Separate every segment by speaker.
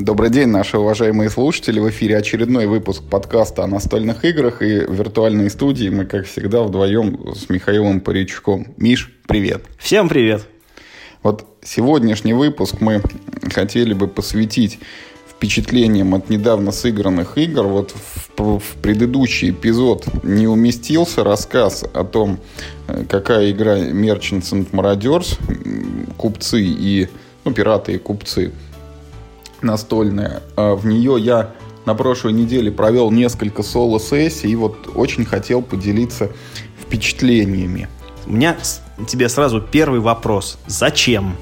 Speaker 1: Добрый день, наши уважаемые слушатели. В эфире очередной выпуск подкаста о настольных играх. И в виртуальной студии мы, как всегда, вдвоем с Михаилом Паричуком. Миш, привет.
Speaker 2: Всем привет.
Speaker 1: Вот сегодняшний выпуск мы хотели бы посвятить впечатлениям от недавно сыгранных игр. Вот в предыдущий эпизод не уместился рассказ о том, какая игра Merchants and Marauders, купцы и... пираты и купцы настольная. В нее я на прошлой неделе провел несколько соло-сессий и вот очень хотел поделиться впечатлениями.
Speaker 2: У меня тебе сразу первый вопрос. Зачем?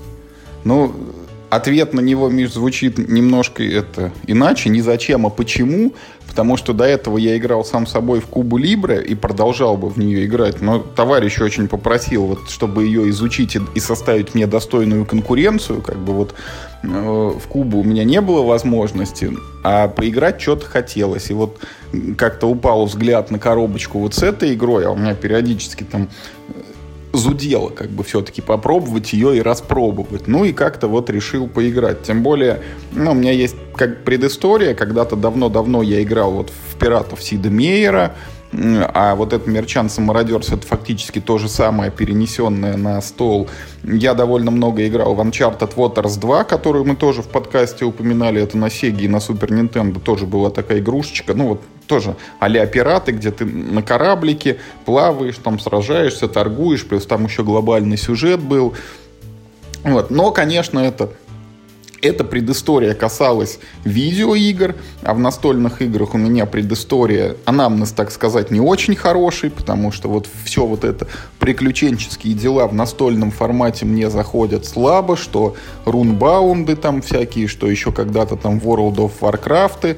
Speaker 1: Ответ на него, Миш, звучит немножко иначе. Не зачем, а почему. Потому что до этого я играл сам собой в Кубу Либре и продолжал бы в нее играть. Но товарищ очень попросил, чтобы ее изучить и составить мне достойную конкуренцию. В Кубу у меня не было возможности, а поиграть что-то хотелось. И вот как-то упал взгляд на коробочку вот с этой игрой, а у меня периодически там... зудело все-таки попробовать ее и распробовать. И как-то решил поиграть. Тем более, у меня есть предыстория. Когда-то давно-давно я играл в «Пиратов» Сида Мейера, а вот это Merchants and Marauders это фактически то же самое, перенесенное на стол. Я довольно много играл в Uncharted Waters 2, которую мы тоже в подкасте упоминали. Это на Sega и на Super Nintendo тоже была такая игрушечка. Тоже а-ля «Пираты», где ты на кораблике плаваешь, там сражаешься, торгуешь, плюс там еще глобальный сюжет был. Но, конечно, эта предыстория касалась видеоигр, а в настольных играх у меня предыстория, анамнез, так сказать, не очень хороший, потому что все это приключенческие дела в настольном формате мне заходят слабо, что рунбаунды там всякие, что еще когда-то там World of Warcraft,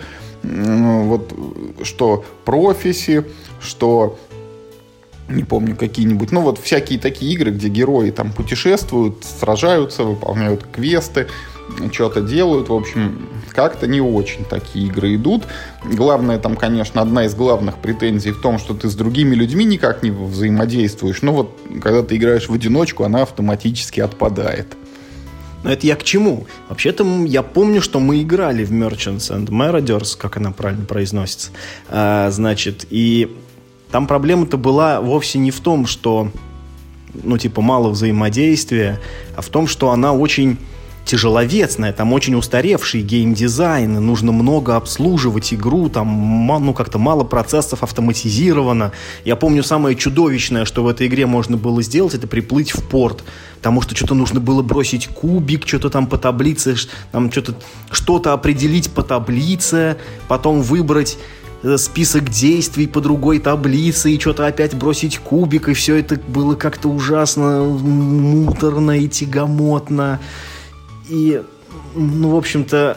Speaker 1: что Профиси, что... не помню, какие-нибудь, всякие такие игры, где герои там путешествуют, сражаются, выполняют квесты, что-то делают. В общем, как-то не очень такие игры идут. Главное, там, конечно, одна из главных претензий в том, что ты с другими людьми никак не взаимодействуешь. Когда ты играешь в одиночку, она автоматически отпадает.
Speaker 2: Но это я к чему? Вообще-то я помню, что мы играли в Merchants and Marauders, как она правильно произносится. И там проблема-то была вовсе не в том, что мало взаимодействия, а в том, что она очень тяжеловесная, там очень устаревший геймдизайн, нужно много обслуживать игру, там как-то мало процессов автоматизировано. Я помню, самое чудовищное, что в этой игре можно было сделать, это приплыть в порт, потому что что-то нужно было бросить кубик, что-то там по таблице, там что-то определить по таблице, потом выбрать список действий по другой таблице и что-то опять бросить кубик, и все это было как-то ужасно муторно и тягомотно. И, в общем-то,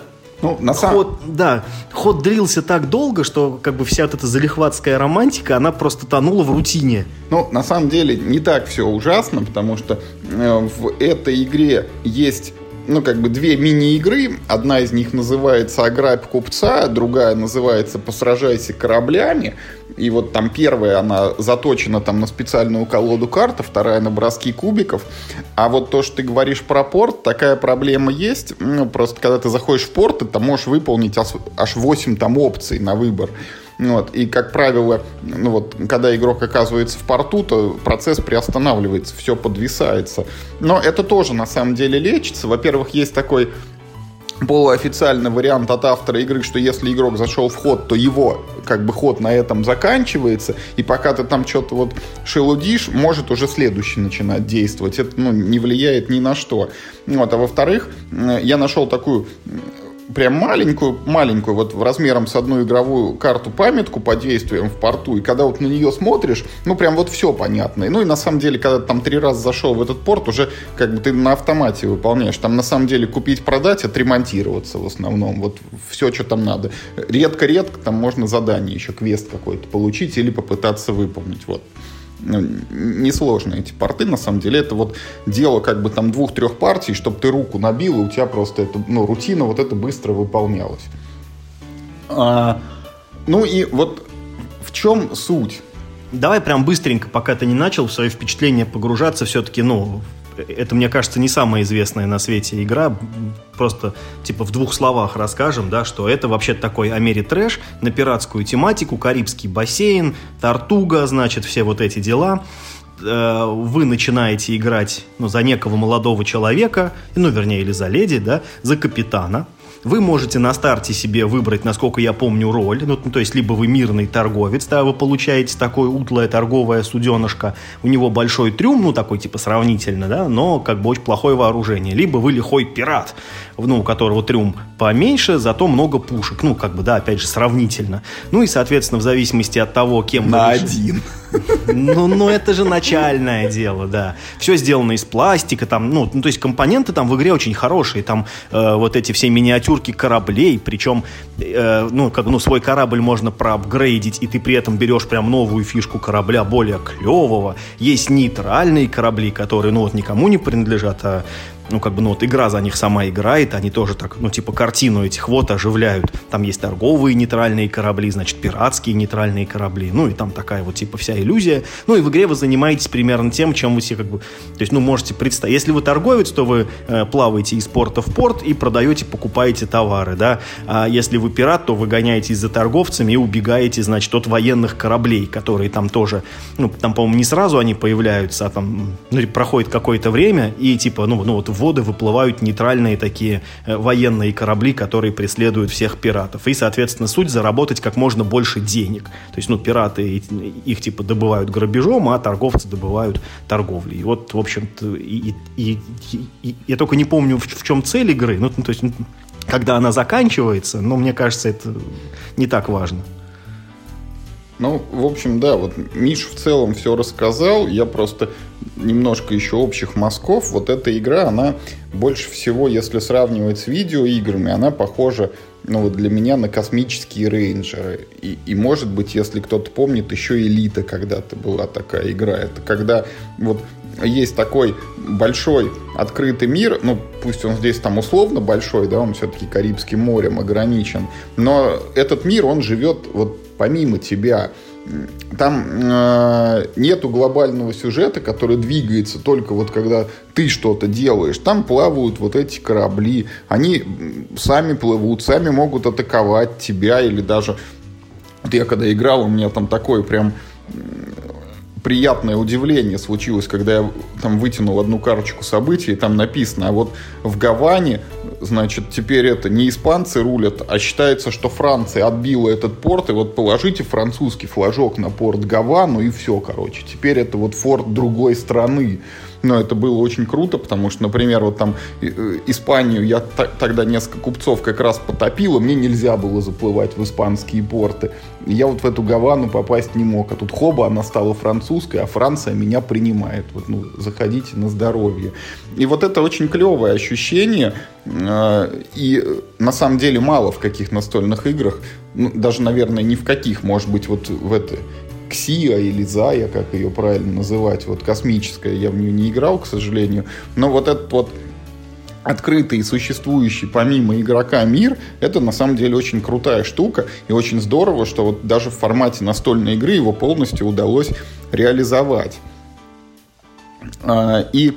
Speaker 2: ход длился так долго, что вся эта залихватская романтика, она просто тонула в рутине.
Speaker 1: На самом деле не так все ужасно, потому что в этой игре есть две мини-игры. Одна из них называется «Ограбь купца», другая называется «Посражайся кораблями». И там первая, она заточена на специальную колоду карт, а вторая на броски кубиков. А то, что ты говоришь про порт, такая проблема есть. Просто когда ты заходишь в порт, ты там можешь выполнить аж 8 опций на выбор. И, как правило, когда игрок оказывается в порту, то процесс приостанавливается, все подвисается. Но это тоже на самом деле лечится. Во-первых, есть такой полуофициальный вариант от автора игры, что если игрок зашел в ход, то его ход на этом заканчивается, и пока ты там что-то шелудишь, может уже следующий начинать действовать. Это не влияет ни на что. А во-вторых, я нашел такую прям маленькую, размером с одну игровую карту памятку по действиям в порту, и когда на нее смотришь, прям все понятно. И на самом деле, когда ты там 3 раза зашел в этот порт, уже ты на автомате выполняешь. Там на самом деле купить-продать, отремонтироваться в основном. Все, что там надо. Редко-редко там можно задание еще, квест какой-то получить или попытаться выполнить. Несложно эти порты, на самом деле. Это дело 2-3 партий, чтобы ты руку набил, и у тебя просто рутина это быстро выполнялась. И в чем суть?
Speaker 2: Давай прям быстренько, пока ты не начал в свои впечатления погружаться, все-таки, это, мне кажется, не самая известная на свете игра. Просто, типа, в 2 словах расскажем, да, что это вообще такой Америтрэш на пиратскую тематику, Карибский бассейн, Тортуга, значит, все вот эти дела. Вы начинаете играть, за некого молодого человека, вернее, или за леди, да, за капитана. Вы можете на старте себе выбрать, насколько я помню, роль. То есть, либо вы мирный торговец, да, вы получаете такое утлое торговое суденышко, у него большой трюм, такой, типа, сравнительно, да, но, как бы, очень плохое вооружение. Либо вы лихой пират, у которого трюм поменьше, зато много пушек. Как бы, да, опять же, сравнительно. И, соответственно, в зависимости от того, кем
Speaker 1: на
Speaker 2: вы...
Speaker 1: один.
Speaker 2: Это же начальное дело, да. Все сделано из пластика, там, то есть компоненты там в игре очень хорошие, там вот эти все миниатюрки кораблей, причем, свой корабль можно проапгрейдить, и ты при этом берешь прям новую фишку корабля, более клевого. Есть нейтральные корабли, которые, никому не принадлежат, а игра за них сама играет, они тоже так, картину этих оживляют. Там есть торговые нейтральные корабли, значит, пиратские нейтральные корабли, и там такая вот, вся иллюзия. И в игре вы занимаетесь примерно тем, чем вы все, то есть, можете представить. Если вы торговец, то вы плаваете из порта в порт и продаете, покупаете товары, да. А если вы пират, то вы гоняетесь за торговцами и убегаете, значит, от военных кораблей, которые там тоже, там, по-моему, не сразу они появляются, а там, проходит какое-то время, и, в воды выплывают нейтральные такие военные корабли, которые преследуют всех пиратов. И, соответственно, суть заработать как можно больше денег. То есть, пираты их, добывают грабежом, а торговцы добывают торговлей. И вот, в общем-то, я только не помню, в чем цель игры. То есть, когда она заканчивается, но мне кажется, это не так важно.
Speaker 1: В общем, да, вот Миша в целом все рассказал, я просто немножко еще общих мазков. Вот эта игра, она больше всего, если сравнивать с видеоиграми, она похожа, для меня на космические рейнджеры. И может быть, если кто-то помнит, еще Элита когда-то была такая игра. Это когда вот есть такой большой открытый мир, пусть он здесь там условно большой, да, он все-таки Карибским морем ограничен, но этот мир, он живет вот помимо тебя. Там нету глобального сюжета, который двигается только вот когда ты что-то делаешь. Там плавают вот эти корабли, они сами плывут, сами могут атаковать тебя, или даже... Вот я когда играл, у меня там такое прям приятное удивление случилось, когда я там вытянул одну карточку событий, и там написано, а вот в Гаване, значит, теперь это не испанцы рулят, а считается, что Франция отбила этот порт, и вот положите французский флажок на порт Гавану, и все, короче. Теперь это вот форт другой страны. Но это было очень круто, потому что, например, вот там Испанию я тогда несколько купцов как раз потопил, и мне нельзя было заплывать в испанские порты. И я вот в эту Гавану попасть не мог. А тут хоба, она стала французской, а Франция меня принимает. Вот, заходите на здоровье. И вот это очень клевое ощущение. И на самом деле мало в каких настольных играх, даже, наверное, ни в каких, может быть, вот в это... Ксия или Зая, как ее правильно называть, вот космическая, я в нее не играл, к сожалению, но вот этот вот открытый и существующий помимо игрока мир, это на самом деле очень крутая штука, и очень здорово, что вот даже в формате настольной игры его полностью удалось реализовать. И,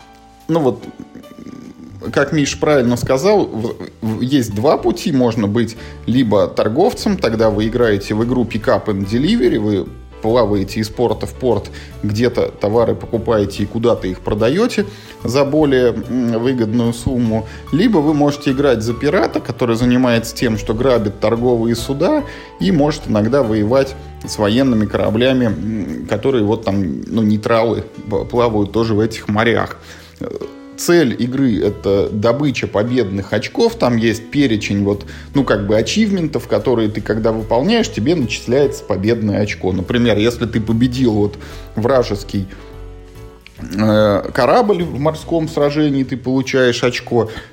Speaker 1: как Миш правильно сказал, есть 2 пути. Можно быть либо торговцем, тогда вы играете в игру Pick Up and Delivery, вы плаваете из порта в порт, где-то товары покупаете и куда-то их продаете за более выгодную сумму. Либо вы можете играть за пирата, который занимается тем, что грабит торговые суда и может иногда воевать с военными кораблями, которые вот там, нейтралы, плавают тоже в этих морях. Цель игры — это добыча победных очков. Там есть перечень ачивментов, которые ты, когда выполняешь, тебе начисляется победное очко. Например, если ты победил вражеский корабль в морском сражении, ты получаешь очко.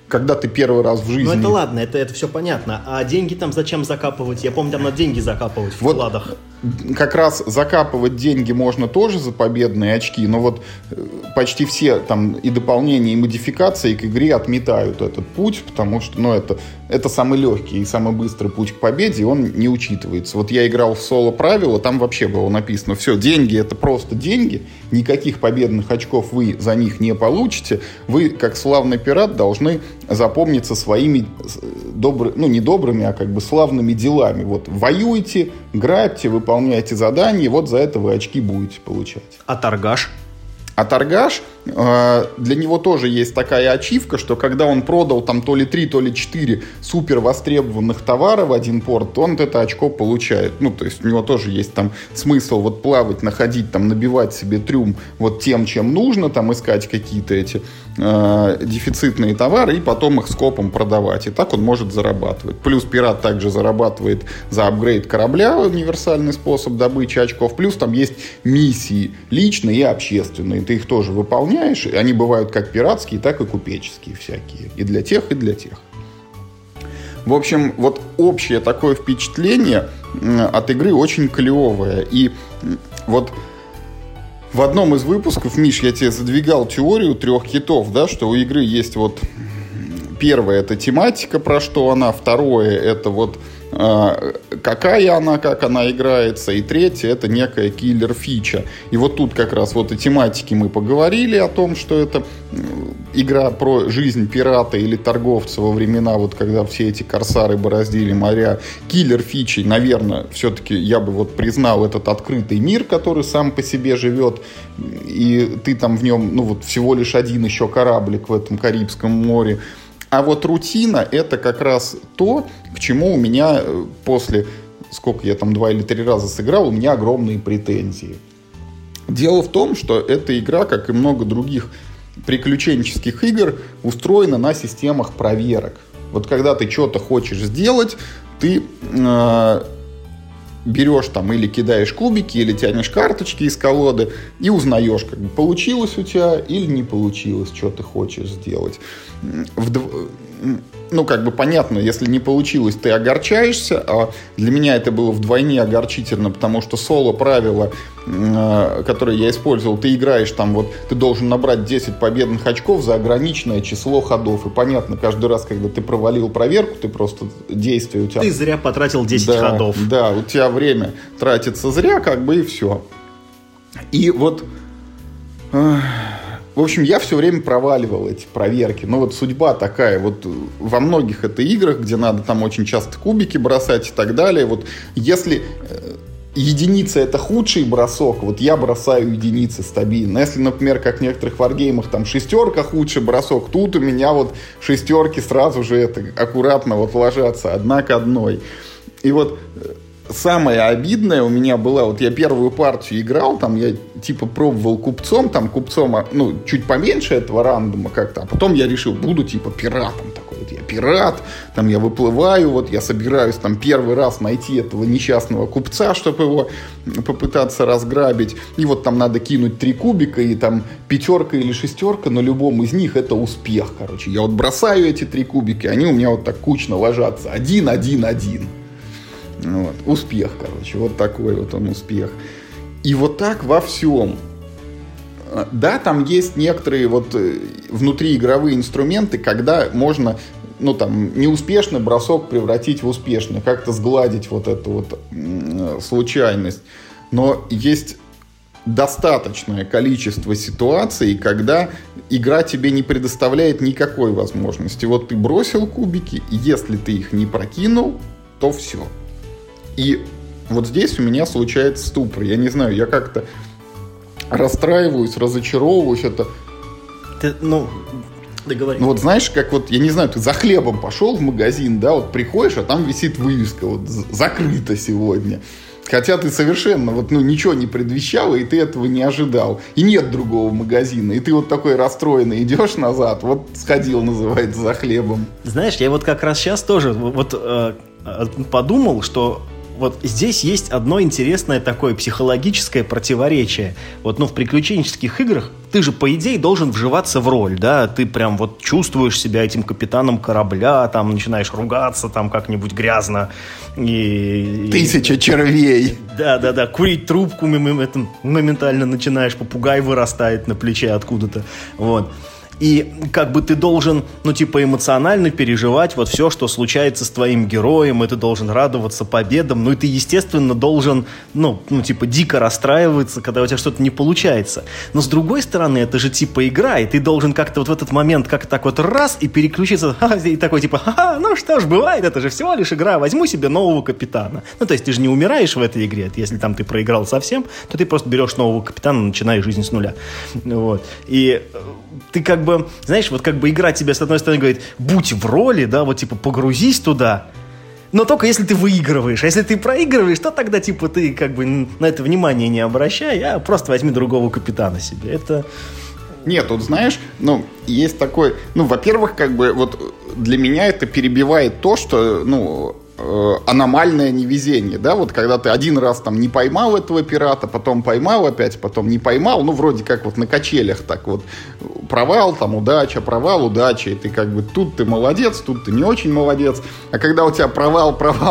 Speaker 1: когда ты первый раз в жизни...
Speaker 2: Ну это ладно, это все понятно. А деньги там зачем закапывать? Я помню, там надо деньги закапывать в вкладах.
Speaker 1: Как раз закапывать деньги можно тоже за победные очки, но вот почти все там и дополнения, и модификации к игре отметают этот путь, потому что, ну, это самый легкий и самый быстрый путь к победе, и он не учитывается. Вот я играл в соло-правила, там вообще было написано: все, деньги — это просто деньги, никаких победных очков вы за них не получите, вы, как славный пират, должны запомниться своими не добрыми, а как бы славными делами. Вот воюйте, грабьте, выполняйте задания, вот за это вы очки будете получать.
Speaker 2: А торгаш?
Speaker 1: А торгаш, для него тоже есть такая ачивка, что когда он продал там то ли 3, то ли 4 супер востребованных товара в один порт, то он это очко получает. Ну, то есть у него тоже есть там смысл вот плавать, находить, там, набивать себе трюм вот тем, чем нужно, там, искать какие-то эти дефицитные товары и потом их скопом продавать. И так он может зарабатывать. Плюс пират также зарабатывает за апгрейд корабля, универсальный способ добычи очков. Плюс там есть миссии личные и общественные. Ты их тоже выполняешь. Они бывают как пиратские, так и купеческие всякие. И для тех, и для тех. В общем, вот общее такое впечатление от игры очень клевое. И вот в одном из выпусков, Миш, я тебе задвигал теорию 3 китов, да, что у игры есть вот... Первое — это тематика, про что она. Второе — это вот какая она, как она играется. И третье — это некая киллер-фича. И вот тут как раз вот о тематике мы поговорили, о том, что это игра про жизнь пирата или торговца во времена, вот когда все эти корсары бороздили моря. Киллер-фичей, наверное, все-таки я бы вот признал этот открытый мир, который сам по себе живет, и ты там в нем, ну вот всего лишь один еще кораблик в этом Карибском море. А вот рутина — это как раз то, к чему у меня после, сколько я там 2 или 3 раза сыграл, у меня огромные претензии. Дело в том, что эта игра, как и много других приключенческих игр, устроена на системах проверок. Вот когда ты что-то хочешь сделать, ты берешь там или кидаешь кубики, или тянешь карточки из колоды и узнаешь, как бы получилось у тебя или не получилось, что ты хочешь сделать. Ну, как бы понятно, если не получилось, ты огорчаешься, а для меня это было вдвойне огорчительно, потому что соло-правила, которые я использовал, ты играешь там, вот, ты должен набрать 10 победных очков за ограниченное число ходов, и понятно, каждый раз, когда ты провалил проверку, ты просто действие у тебя...
Speaker 2: Ты зря потратил 10 ходов.
Speaker 1: Да, у тебя время тратится зря, как бы, и все. И вот... В общем, я все время проваливал эти проверки. Но вот судьба такая. Вот во многих это играх, где надо там очень часто кубики бросать и так далее. Вот если единица — это худший бросок, вот я бросаю единицы стабильно. Если, например, как в некоторых варгеймах, там 6 худший бросок, тут у меня вот 6 сразу же это аккуратно вот ложатся одна к одной. И вот... Самое обидное у меня было, вот я первую партию играл, там я типа пробовал купцом, ну, чуть поменьше этого рандома как-то, а потом я решил, буду типа пиратом такой, вот я пират, там я выплываю, вот я собираюсь там первый раз найти этого несчастного купца, чтобы его попытаться разграбить, и вот там надо кинуть 3 кубика, и там 5 или 6 на любом из них это успех, короче. Я вот бросаю эти 3 кубика, они у меня вот так кучно ложатся, 1, 1, 1. Вот. Успех, короче, вот такой вот он успех. И вот так во всем. Да, там есть некоторые вот внутриигровые инструменты, когда можно, ну там, неуспешный бросок превратить в успешный, как-то сгладить вот эту вот случайность. Но есть достаточное количество ситуаций, когда игра тебе не предоставляет никакой возможности. Вот ты бросил кубики, и если ты их не прокинул, то все. И вот здесь у меня случается ступор. Я не знаю, я как-то расстраиваюсь, разочаровываюсь. Это...
Speaker 2: договорись.
Speaker 1: Ну вот знаешь, как вот, я не знаю, ты за хлебом пошел в магазин, да, вот приходишь, а там висит вывеска, вот закрыто сегодня. Хотя ты совершенно вот, ну, ничего не предвещал, и ты этого не ожидал. И нет другого магазина. И ты вот такой расстроенный идешь назад, вот сходил, называется, за хлебом.
Speaker 2: Знаешь, я вот как раз сейчас тоже подумал, что вот здесь есть одно интересное такое психологическое противоречие. Вот, в приключенческих играх ты же, по идее, должен вживаться в роль, да? Ты прям вот чувствуешь себя этим капитаном корабля, там начинаешь ругаться там как-нибудь грязно.
Speaker 1: Тысяча червей.
Speaker 2: Да. Курить трубку моментально начинаешь, попугай вырастает на плече откуда-то. Вот. И как бы ты должен, эмоционально переживать вот все, что случается с твоим героем, и ты должен радоваться победам, и ты, естественно, должен, дико расстраиваться, когда у тебя что-то не получается. Но, с другой стороны, это же игра, и ты должен как-то вот в этот момент как-то так вот раз и переключиться, и такой что ж, бывает, это же всего лишь игра, возьму себе нового капитана. То есть ты же не умираешь в этой игре, если там ты проиграл совсем, то ты просто берешь нового капитана, начинаешь жизнь с нуля. Вот. И ты знаешь, игра тебе с одной стороны говорит, будь в роли, да, погрузись туда, но только если ты выигрываешь. А если ты проигрываешь, то тогда, ты на это внимание не обращай, а просто возьми другого капитана себе. Это...
Speaker 1: Нет, тут знаешь, есть такой... во-первых, для меня это перебивает то, что, аномальное невезение, да, вот когда ты один раз там не поймал этого пирата, потом поймал опять, потом не поймал, вроде как вот на качелях так вот, провал, там, удача, провал, удача, и ты тут ты молодец, тут ты не очень молодец, а когда у тебя провал,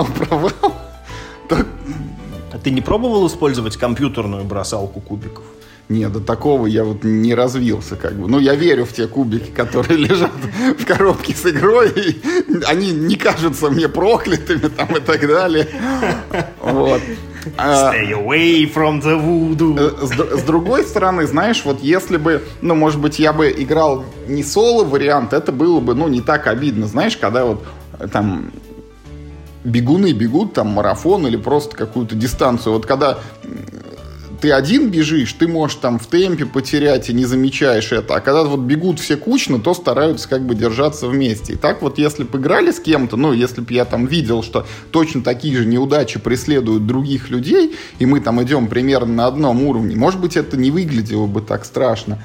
Speaker 1: то...
Speaker 2: А ты не пробовал использовать компьютерную бросалку кубиков?
Speaker 1: Нет, до такого я не развился, я верю в те кубики, которые лежат в коробке с игрой, и они не кажутся мне проклятыми, там, и так далее. Вот.
Speaker 2: Stay away from the voodoo.
Speaker 1: С другой стороны, знаешь, вот если бы, может быть, я бы играл не соло-вариант, это было бы, не так обидно, знаешь, когда вот там... бегуны бегут, там, марафон или просто какую-то дистанцию. Вот когда ты один бежишь, ты можешь там в темпе потерять и не замечаешь это. А когда вот бегут все кучно, то стараются держаться вместе. И так вот, если бы играли с кем-то, если бы я там видел, что точно такие же неудачи преследуют других людей, и мы там идем примерно на одном уровне, может быть, это не выглядело бы так страшно.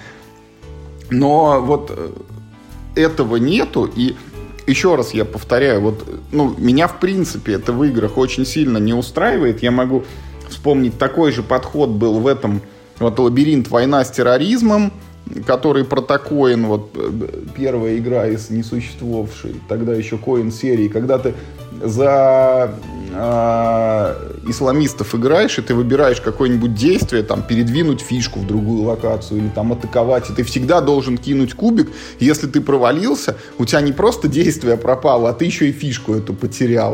Speaker 1: Но вот этого нету, и еще раз я повторяю, меня в принципе это в играх очень сильно не устраивает. Я могу вспомнить, такой же подход был в этом «Лабиринт. Война с терроризмом», который про Coin, первая игра из несуществовавшей тогда еще Coin серии, когда ты за исламистов играешь, и ты выбираешь какое-нибудь действие, там, передвинуть фишку в другую локацию или там атаковать, и ты всегда должен кинуть кубик. Если ты провалился, у тебя не просто действие пропало, а ты еще и фишку эту потерял.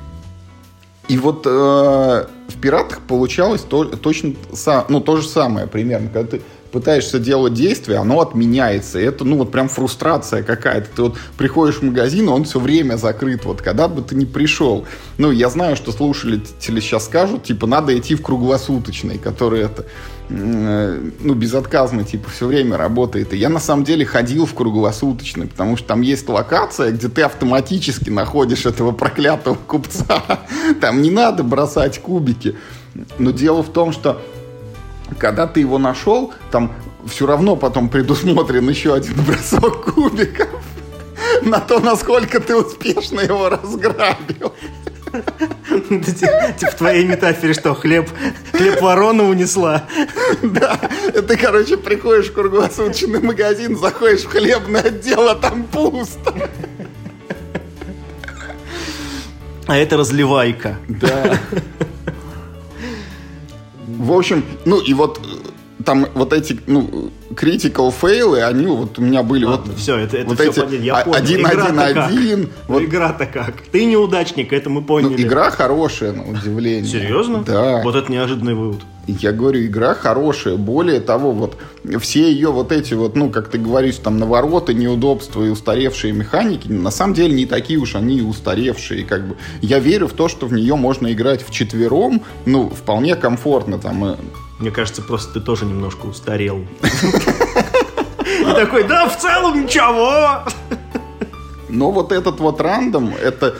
Speaker 1: И вот в «Пиратах» получалось точно то же самое примерно. Когда ты пытаешься делать действие, оно отменяется. И это, прям фрустрация какая-то. Ты вот приходишь в магазин, и он все время закрыт. Вот когда бы ты ни пришел. Я знаю, что слушатели сейчас скажут, надо идти в круглосуточный, который безотказно, все время работает. И я, на самом деле, ходил в круглосуточный, потому что там есть локация, где ты автоматически находишь этого проклятого купца. Там не надо бросать кубики. Но дело в том, что когда ты его нашел, там все равно потом предусмотрен еще один бросок кубиков на то, насколько ты успешно его разграбил.
Speaker 2: В твоей метафоре что, хлеб ворона унесла?
Speaker 1: Да, ты, приходишь в круглосуточный магазин, заходишь в хлебный отдел, а там пусто.
Speaker 2: А это разливайка.
Speaker 1: Да. В общем, и вот там вот эти, critical fail'ы, они у меня были
Speaker 2: все, это
Speaker 1: вот
Speaker 2: все
Speaker 1: эти
Speaker 2: понятно. Я понял.
Speaker 1: 1-1-1.
Speaker 2: Игра-то как? Ты неудачник, это мы поняли.
Speaker 1: Игра хорошая, на удивление.
Speaker 2: Серьезно?
Speaker 1: Да.
Speaker 2: Вот это неожиданный вывод.
Speaker 1: Я говорю, игра хорошая. Более того, все ее эти как ты говоришь, там навороты, неудобства и устаревшие механики, на самом деле не такие уж они и устаревшие. Я верю в то, что в нее можно играть вчетвером, вполне комфортно там.
Speaker 2: Мне кажется, просто ты тоже немножко устарел. И такой, да, в целом ничего.
Speaker 1: Но вот этот рандом, это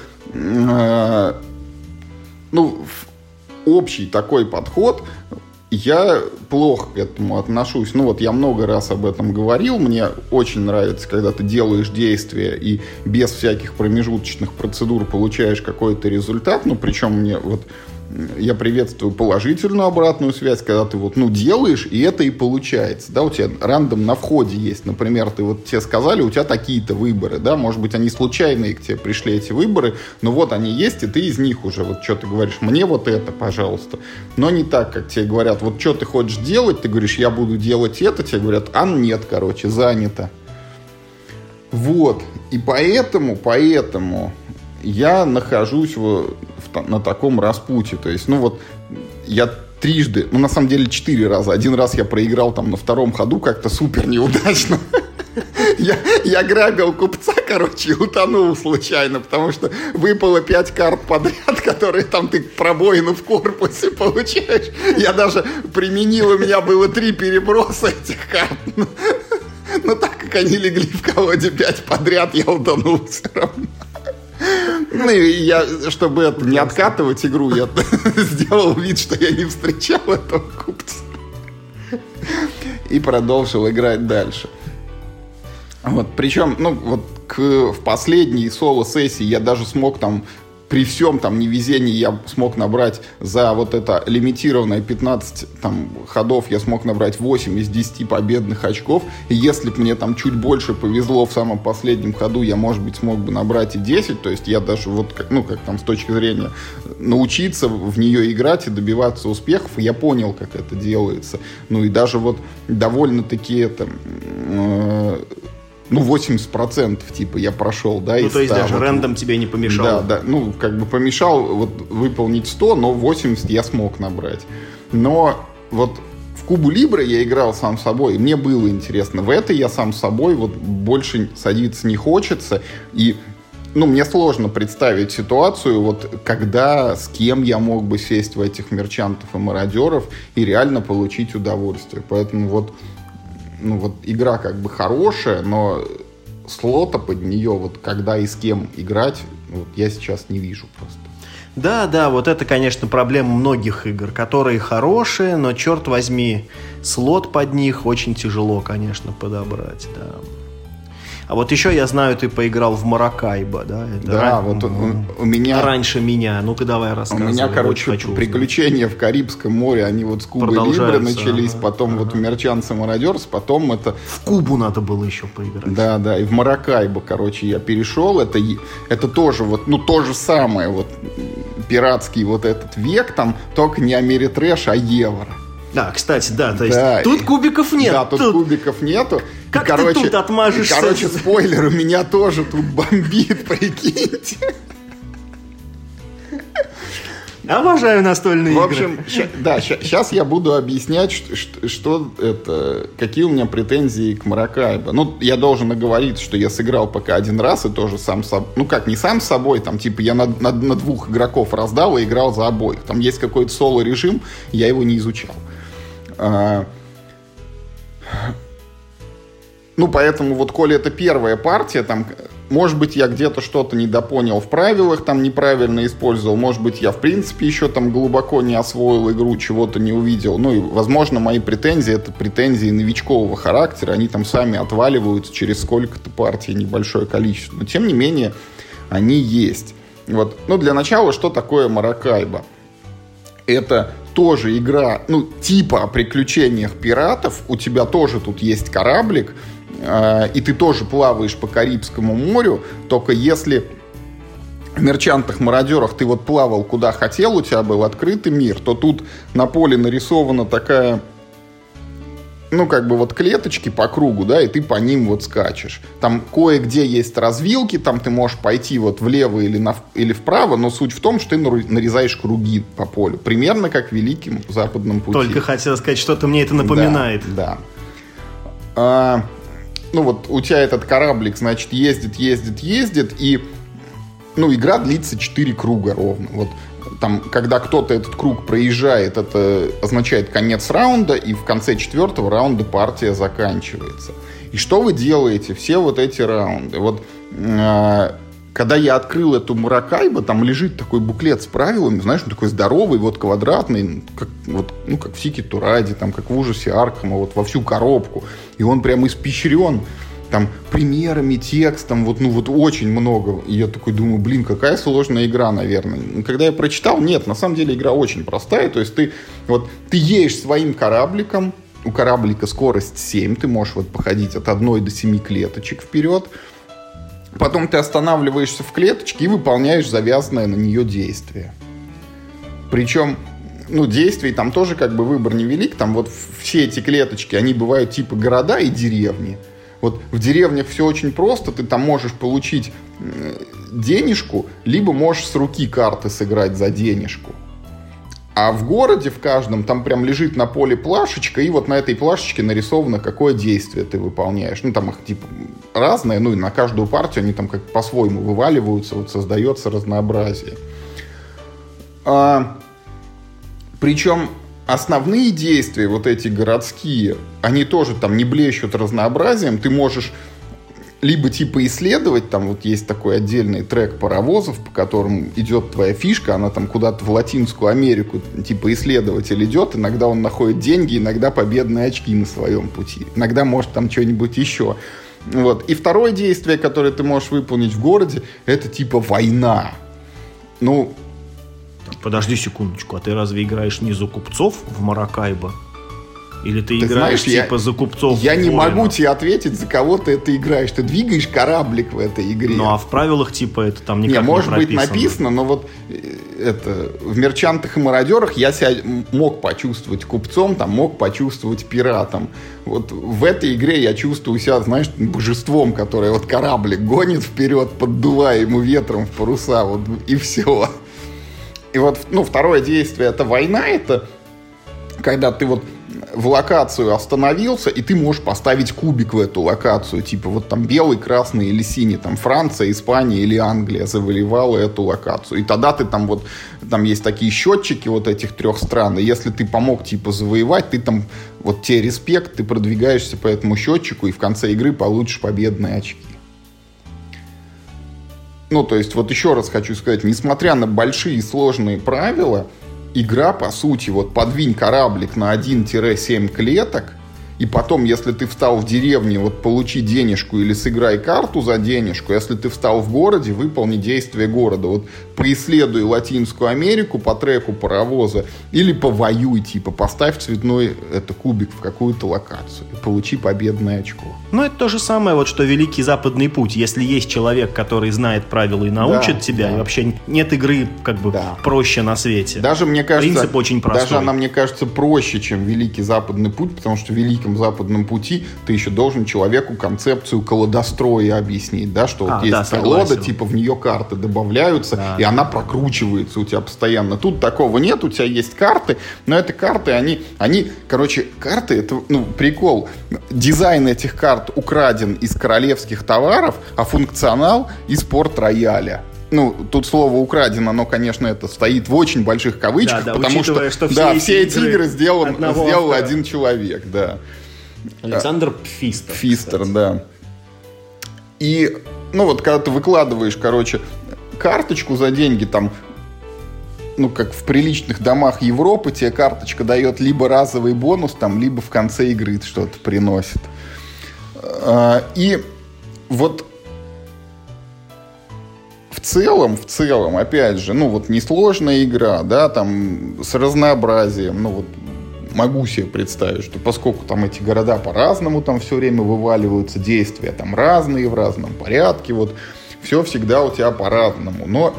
Speaker 1: общий такой подход. Я плохо к этому отношусь. Я много раз об этом говорил. Мне очень нравится, когда ты делаешь действия и без всяких промежуточных процедур получаешь какой-то результат. Причем мне я приветствую положительную обратную связь, когда ты вот, делаешь, и это и получается, да, у тебя рандом на входе есть, например, ты вот тебе сказали, у тебя такие-то выборы, да, может быть, они случайные к тебе пришли, эти выборы, но вот они есть, и ты из них уже, вот что ты говоришь, мне вот это, пожалуйста, но не так, как тебе говорят, вот что ты хочешь делать, ты говоришь, я буду делать это, тебе говорят, а нет, короче, занято. Вот, и поэтому я нахожусь на таком распутье. То есть, я трижды, на самом деле 4 раза. Один раз я проиграл там на втором ходу как-то супер неудачно. Я грабил купца, короче, и утонул случайно, потому что выпало 5 карт подряд, которые там ты пробоину в корпусе получаешь. Я даже применил, у меня было 3 переброса этих карт. Но так как они легли в колоде 5 подряд, я утонул все равно. И я, чтобы не откатывать игру, я сделал вид, что я не встречал этого купца. И продолжил играть дальше. Вот, причем, в последней соло-сессии я даже смог там, при всем там невезении, я смог набрать за вот это лимитированное 15 там, ходов, я смог набрать 8 из 10 победных очков. И если бы мне там чуть больше повезло в самом последнем ходу, я, может быть, смог бы набрать и 10. То есть я даже как там с точки зрения научиться в нее играть и добиваться успехов, я понял, как это делается. И даже вот довольно-таки это... 80% типа я прошел, да, из 100.
Speaker 2: То есть даже рандом тебе не помешал.
Speaker 1: Да, помешал выполнить 100, но 80 я смог набрать. Но вот в Кубу Либре я играл сам собой, и мне было интересно. В это я сам собой больше садиться не хочется. И, мне сложно представить ситуацию, когда, с кем я мог бы сесть в этих мерчантов и мародеров и реально получить удовольствие. Поэтому игра как бы хорошая, но слота под нее, когда и с кем играть, я сейчас не вижу просто.
Speaker 2: Да, вот это, конечно, проблема многих игр, которые хорошие, но, черт возьми, слот под них очень тяжело, конечно, подобрать, да. А вот еще я знаю, ты поиграл в Маракайбо, да?
Speaker 1: У меня...
Speaker 2: Раньше меня. Ну-ка, давай рассказывай.
Speaker 1: У меня, приключения в Карибском море, они с Кубы Либре начались, потом в Merchants and Marauder's, потом это...
Speaker 2: В Кубу надо было еще поиграть.
Speaker 1: Да, и в Маракайбо, я перешел. Это тоже то же самое, пиратский этот век, там, только не Америтрэш, а евро.
Speaker 2: Да, кстати, то есть тут кубиков нет.
Speaker 1: Да, тут кубиков нету.
Speaker 2: Как ты тут отмажешься?
Speaker 1: Спойлер, у меня тоже тут бомбит, прикиньте.
Speaker 2: Обожаю настольные игры.
Speaker 1: В общем, сейчас я буду объяснять, какие у меня претензии к Маракайбо. Я должен оговориться, что я сыграл пока один раз и тоже сам собой. Не сам с собой, там, я на 2 игроков раздал и играл за обоих. Там есть какой-то соло-режим, я его не изучал. Поэтому, коли это первая партия, там, может быть, я где-то что-то недопонял в правилах, там, неправильно использовал, может быть, я, в принципе, еще там глубоко не освоил игру, чего-то не увидел. И, возможно, мои претензии — это претензии новичкового характера, они там сами отваливаются через сколько-то партий, небольшое количество. Но, тем не менее, они есть. Для начала, что такое Маракайбо? Это тоже игра, типа о приключениях пиратов. У тебя тоже тут есть кораблик, и ты тоже плаваешь по Карибскому морю, только если в мерчантах-мародерах ты плавал куда хотел, у тебя был открытый мир, то тут на поле нарисована такая, клеточки по кругу, да, и ты по ним скачешь. Там кое-где есть развилки, там ты можешь пойти влево или вправо, но суть в том, что ты нарезаешь круги по полю. Примерно как в Великом Западном пути.
Speaker 2: Только хотел сказать, что-то мне это напоминает.
Speaker 1: Да. У тебя этот кораблик, значит, ездит, и, игра длится 4 круга ровно. Там, когда кто-то этот круг проезжает, это означает конец раунда, и в конце 4-го раунда партия заканчивается. И что вы делаете все эти раунды? Когда я открыл эту Маракайбо, там лежит такой буклет с правилами, знаешь, он такой здоровый, квадратный, как в Сики Тураде, там, как в Ужасе Аркхема, во всю коробку. И он прям испещрен там примерами, текстом, вот очень много. И я такой думаю, блин, какая сложная игра, наверное. И когда я прочитал, нет, на самом деле игра очень простая. То есть ты едешь своим корабликом, у кораблика скорость 7, ты можешь походить от 1 до 7 клеточек вперед. Потом ты останавливаешься в клеточке и выполняешь завязанное на нее действие. Причем, действий там тоже выбор невелик. Там все эти клеточки, они бывают типа города и деревни. В деревнях все очень просто. Ты там можешь получить денежку, либо можешь с руки карты сыграть за денежку. А в городе в каждом там прям лежит на поле плашечка, и на этой плашечке нарисовано, какое действие ты выполняешь. Там их типа разные, и на каждую партию они там как по-своему вываливаются, создается разнообразие. Причем основные действия, эти городские, они тоже там не блещут разнообразием. Ты можешь либо типа исследовать, там есть такой отдельный трек паровозов, по которому идет твоя фишка, она там куда-то в Латинскую Америку, типа исследователь идет, иногда он находит деньги, иногда победные очки на своем пути, иногда может там что-нибудь еще. И второе действие, которое ты можешь выполнить в городе, это типа война.
Speaker 2: Подожди секундочку, а ты разве играешь не за купцов в Маракайбо? Или ты играешь за купцов?
Speaker 1: Я не могу тебе ответить, за кого ты это играешь. Ты двигаешь кораблик в этой игре.
Speaker 2: А в правилах это там никак не прописано.
Speaker 1: Может быть написано, но в «Мерчантах и мародерах» я себя мог почувствовать купцом, там мог почувствовать пиратом. В этой игре я чувствую себя, божеством, которое кораблик гонит вперед, поддувая ему ветром в паруса, и все. И второе действие — это война, это когда ты в локацию остановился, и ты можешь поставить кубик в эту локацию. Типа там белый, красный или синий. Там Франция, Испания или Англия завоевала эту локацию. И тогда ты там есть такие счетчики этих 3 стран. И если ты помог завоевать, ты там тебе респект, ты продвигаешься по этому счетчику, и в конце игры получишь победные очки. То есть, еще раз хочу сказать, несмотря на большие и сложные правила, игра, по сути, подвинь кораблик на 1-7 клеток, и потом, если ты встал в деревне, получи денежку или сыграй карту за денежку. Если ты встал в городе, выполни действие города. Поисследуй Латинскую Америку по треку паровоза или повоюй, поставь цветной кубик в какую-то локацию и получи победное очко.
Speaker 2: Это то же самое, что Великий Западный путь. Если есть человек, который знает правила и научит тебя, и вообще нет игры проще на свете.
Speaker 1: Даже, мне кажется,
Speaker 2: принцип очень простой.
Speaker 1: Даже она, мне кажется, проще, чем Великий Западный путь, потому что в Великом Западном пути ты еще должен человеку концепцию колодостроя объяснить, что есть колода, в нее карты добавляются, и она прокручивается у тебя постоянно. Тут такого нет, у тебя есть карты, но это карты, карты, это, прикол. Дизайн этих карт украден из королевских товаров, а функционал из Порт-Рояля. Тут слово «украдено», оно, конечно, это стоит в очень больших кавычках, потому что все эти игры сделал один человек, да.
Speaker 2: Александр Пфистер.
Speaker 1: Пфистер, да. И, когда ты выкладываешь, карточку за деньги, как в приличных домах Европы, тебе карточка дает либо разовый бонус, либо в конце игры что-то приносит. И в целом, опять же, несложная игра, с разнообразием, могу себе представить, что поскольку эти города по-разному все время вываливаются, действия разные, в разном порядке, все всегда у тебя по-разному. Но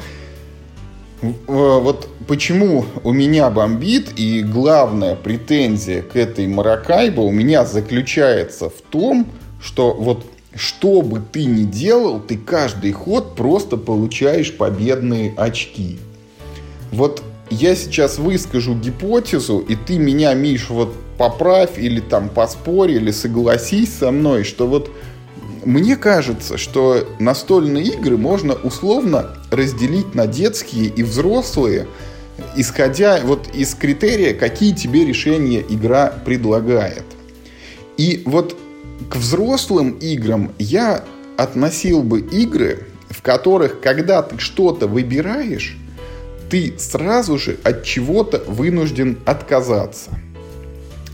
Speaker 1: почему у меня бомбит, и главная претензия к этой Маракайбо у меня заключается в том, что что бы ты ни делал, ты каждый ход просто получаешь победные очки. Я сейчас выскажу гипотезу, и ты меня, Миш, поправь или поспорь, или согласись со мной, что мне кажется, что настольные игры можно условно разделить на детские и взрослые, исходя из критерия, какие тебе решения игра предлагает. И к взрослым играм я относил бы игры, в которых, когда ты что-то выбираешь, ты сразу же от чего-то вынужден отказаться.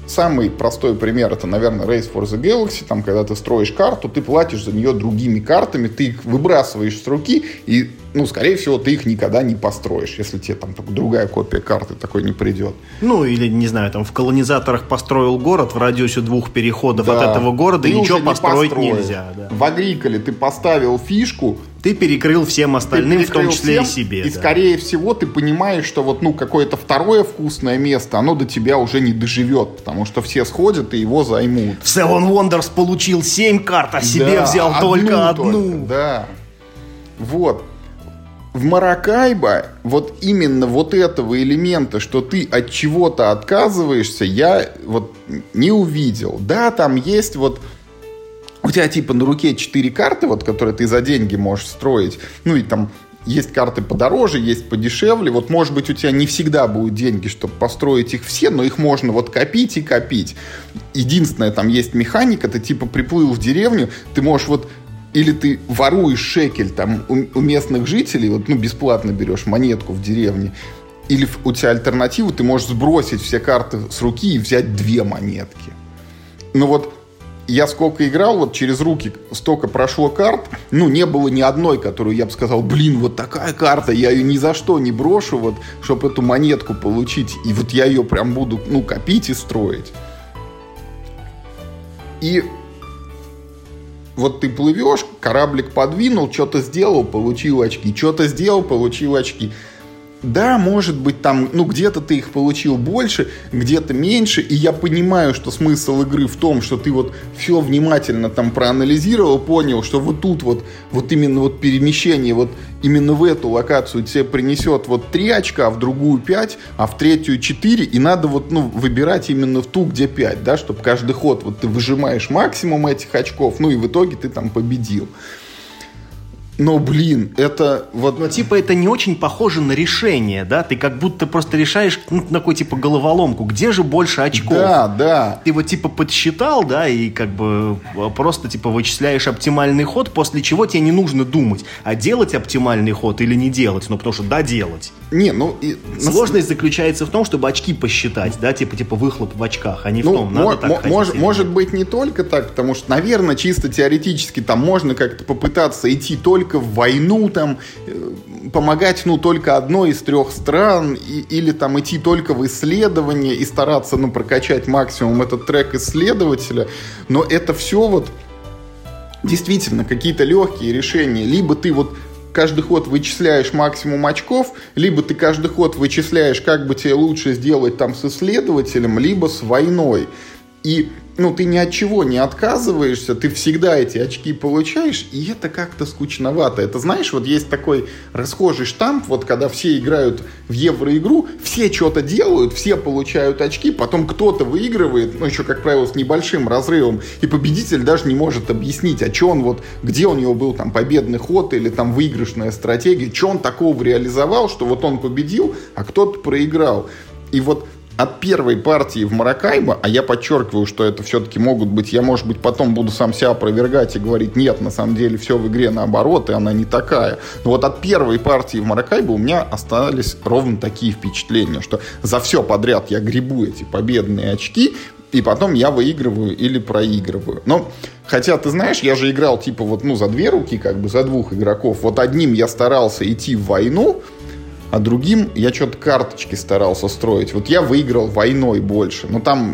Speaker 1: самый простой пример, это, наверное, Race for the Galaxy, там, когда ты строишь карту, ты платишь за нее другими картами, ты их выбрасываешь с руки, и, ну, скорее всего, ты их никогда не построишь, если тебе там только другая копия карты такой не придет.
Speaker 2: Ну, или, не знаю, там в колонизаторах построил город в радиусе 2 переходов от этого города, и ничего построить нельзя. Да.
Speaker 1: В Агриколе ты поставил фишку,
Speaker 2: ты перекрыл всем остальным, в том числе и себе.
Speaker 1: И, скорее всего, ты понимаешь, что вот, ну, какое-то второе вкусное место, оно до тебя уже не доживет, потому что все сходят и его займут.
Speaker 2: В Seven Wonders получил 7 карт, а себе взял только одну.
Speaker 1: Да. Вот. В Маракайбо вот именно вот этого элемента, что ты от чего-то отказываешься, я вот не увидел. Да, там есть вот... У тебя типа на руке 4 карты, вот, которые ты за деньги можешь строить. Ну и там есть карты подороже, есть подешевле. Вот, может быть, у тебя не всегда будут деньги, чтобы построить их все, но их можно вот копить и копить. Единственное, там есть механика, ты типа приплыл в деревню, ты можешь вот... Или ты воруешь шекель там у местных жителей, вот, ну, бесплатно берешь монетку в деревне. Или у тебя альтернатива, ты можешь сбросить все карты с руки и взять 2 монетки. Ну вот... Я сколько играл, вот через руки столько прошло карт, ну, не было ни одной, которую я бы сказал, блин, вот такая карта, я ее ни за что не брошу, вот, чтобы эту монетку получить, и вот я ее прям буду, ну, копить и строить. И вот ты плывешь, кораблик подвинул, что-то сделал, получил очки, что-то сделал, получил очки. Да, может быть, там, ну, где-то ты их получил больше, где-то меньше, и я понимаю, что смысл игры в том, что ты вот все внимательно там проанализировал, понял, что вот тут вот именно вот перемещение вот именно в эту локацию тебе принесет вот 3 очка, а в другую 5, а в третью 4, и надо вот, ну, выбирать именно в ту, где 5, да, чтобы каждый ход вот ты выжимаешь максимум этих очков, ну, и в итоге ты там победил. Но, блин, это вот...
Speaker 2: Но, типа, это не очень похоже на решение, да? Ты как будто просто решаешь, ну, такой, типа, головоломку. Где же больше очков?
Speaker 1: Да, да.
Speaker 2: Ты вот, типа, подсчитал, да, и как бы просто, типа, вычисляешь оптимальный ход, после чего тебе не нужно думать, а делать оптимальный ход или не делать. Ну, потому что, да, делать.
Speaker 1: Не, ну...
Speaker 2: Сложность заключается в том, чтобы очки посчитать, да? Типа, выхлоп в очках, а не в том, надо так хотеть.
Speaker 1: Может быть, не только так, потому что, наверное, чисто теоретически там можно как-то попытаться идти только в войну, там, помогать, ну, только одной из 3 стран, или там идти только в исследование и стараться, ну, прокачать максимум этот трек исследователя, но это все вот действительно какие-то легкие решения. Либо ты вот каждый ход вычисляешь максимум очков, либо ты каждый ход вычисляешь, как бы тебе лучше сделать там с исследователем, либо с войной. И, ну, ты ни от чего не отказываешься, ты всегда эти очки получаешь, и это как-то скучновато. Это, знаешь, вот есть такой расхожий штамп, вот когда все играют в евроигру, все что-то делают, все получают очки, потом кто-то выигрывает, ну, еще, как правило, с небольшим разрывом, и победитель даже не может объяснить, а что он вот, где у него был там победный ход или там выигрышная стратегия, что он такого реализовал, что вот он победил, а кто-то проиграл. И вот от первой партии в Маракайбо, а я подчеркиваю, что это все-таки могут быть, я, может быть, потом буду сам себя опровергать и говорить, нет, на самом деле все в игре наоборот, и она не такая. Но вот от первой партии в Маракайбо у меня остались ровно такие впечатления, что за все подряд я гребу эти победные очки, и потом я выигрываю или проигрываю. Но, хотя, ты знаешь, я же играл типа вот, ну, за 2 руки, как бы за 2 игроков. Вот одним я старался идти в войну, а другим я что-то карточки старался строить. Вот я выиграл войной больше. Но там...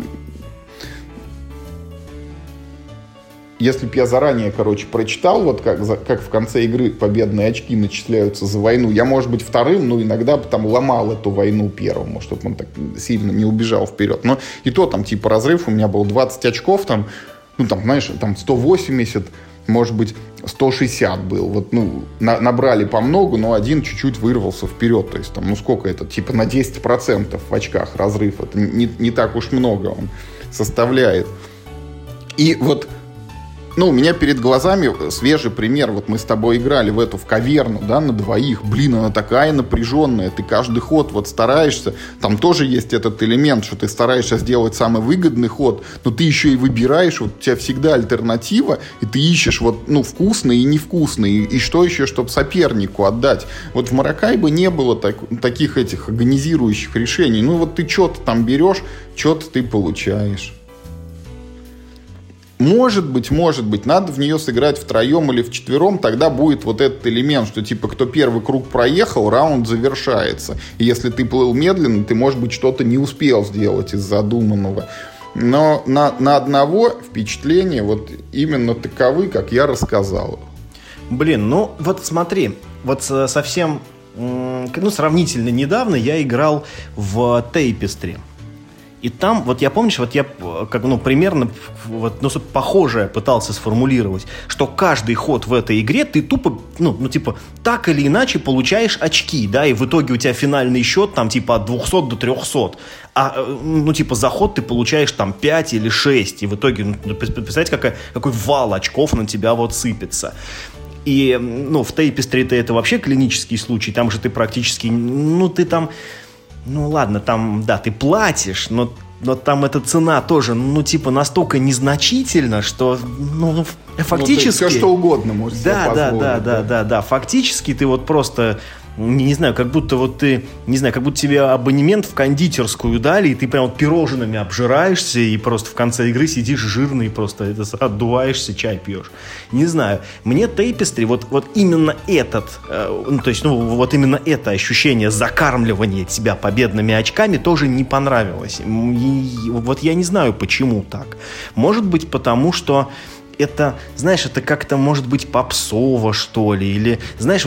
Speaker 1: Если бы я заранее, короче, прочитал, вот как в конце игры победные очки начисляются за войну, я, может быть, вторым, ну, иногда бы там ломал эту войну первому, чтобы он так сильно не убежал вперед. Но и то там, типа, разрыв у меня был 20 очков, там, ну, там, знаешь, там 180, может быть, 160 был. Вот, ну, набрали по много, но один чуть-чуть вырвался вперед. То есть, там, ну, сколько это? Типа на 10% в очках разрыв. Это не так уж много он составляет. И вот Ну, у меня перед глазами свежий пример. Вот мы с тобой играли в эту, в каверну, да, на двоих. Блин, она такая напряженная. Ты каждый ход вот стараешься. Там тоже есть этот элемент, что ты стараешься сделать самый выгодный ход, но ты еще и выбираешь, вот у тебя всегда альтернатива, и ты ищешь вот, ну, вкусный и невкусный. И что еще, чтобы сопернику отдать. Вот в Маракайбо не было таких этих агонизирующих решений. Ну, вот ты что-то там берешь, что-то ты получаешь. Может быть, надо в нее сыграть втроем или вчетвером, тогда будет вот этот элемент, что типа кто первый круг проехал, раунд завершается. И если ты плыл медленно, ты, может быть, что-то не успел сделать из задуманного. Но на одного впечатления вот именно таковы, как я рассказал.
Speaker 2: Блин, ну вот смотри, вот совсем, ну, сравнительно недавно я играл в Tapestry. И там, вот я, помнишь, вот я как, ну, примерно вот, ну, похожее пытался сформулировать, что каждый ход в этой игре ты тупо, ну, типа, так или иначе получаешь очки, да, и в итоге у тебя финальный счет там типа от 200 до 300. А, ну, типа, за ход ты получаешь там 5 или 6, и в итоге, ну, представляете, какой вал очков на тебя вот сыпется. И, ну, в Tapestry это вообще клинический случай, там же ты практически, ну, ты там... Ну ладно, там, да, ты платишь, но там эта цена тоже, ну, типа, настолько незначительна, что, ну, фактически...
Speaker 1: Ну, все что угодно можешь себе позволить.
Speaker 2: Да. Фактически ты вот просто... Не знаю, как будто вот ты, не знаю, как будто тебе абонемент в кондитерскую дали, и ты прям вот пирожными обжираешься, и просто в конце игры сидишь жирный, просто отдуваешься, чай пьешь. Не знаю, мне Tapestry, вот именно этот, ну, то есть, ну, вот именно это ощущение закармливания тебя победными очками тоже не понравилось. И вот я не знаю, почему так. Может быть, потому что это, знаешь, это как-то может быть попсово, что ли, или, знаешь,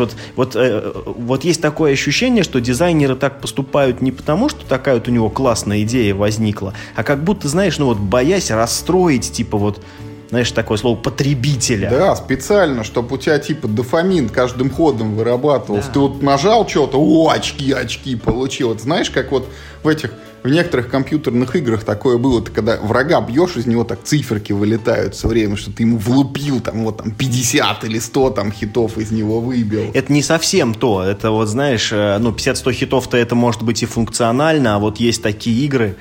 Speaker 2: вот есть такое ощущение, что дизайнеры так поступают не потому, что такая вот у него классная идея возникла, а как будто, знаешь, ну вот боясь расстроить, типа вот, знаешь, такое слово потребителя.
Speaker 1: Да, специально, чтобы у тебя типа дофамин каждым ходом вырабатывался. Да. Ты вот нажал что-то, очки получил. Это знаешь, как вот в некоторых компьютерных играх такое было, ты когда врага бьешь, из него так циферки вылетают все время, что ты ему влупил, там, вот, там, 50 или 100 там, хитов из него выбил.
Speaker 2: Это не совсем то. Это вот, знаешь, ну, 50-100 хитов-то это может быть и функционально, а вот есть такие игры,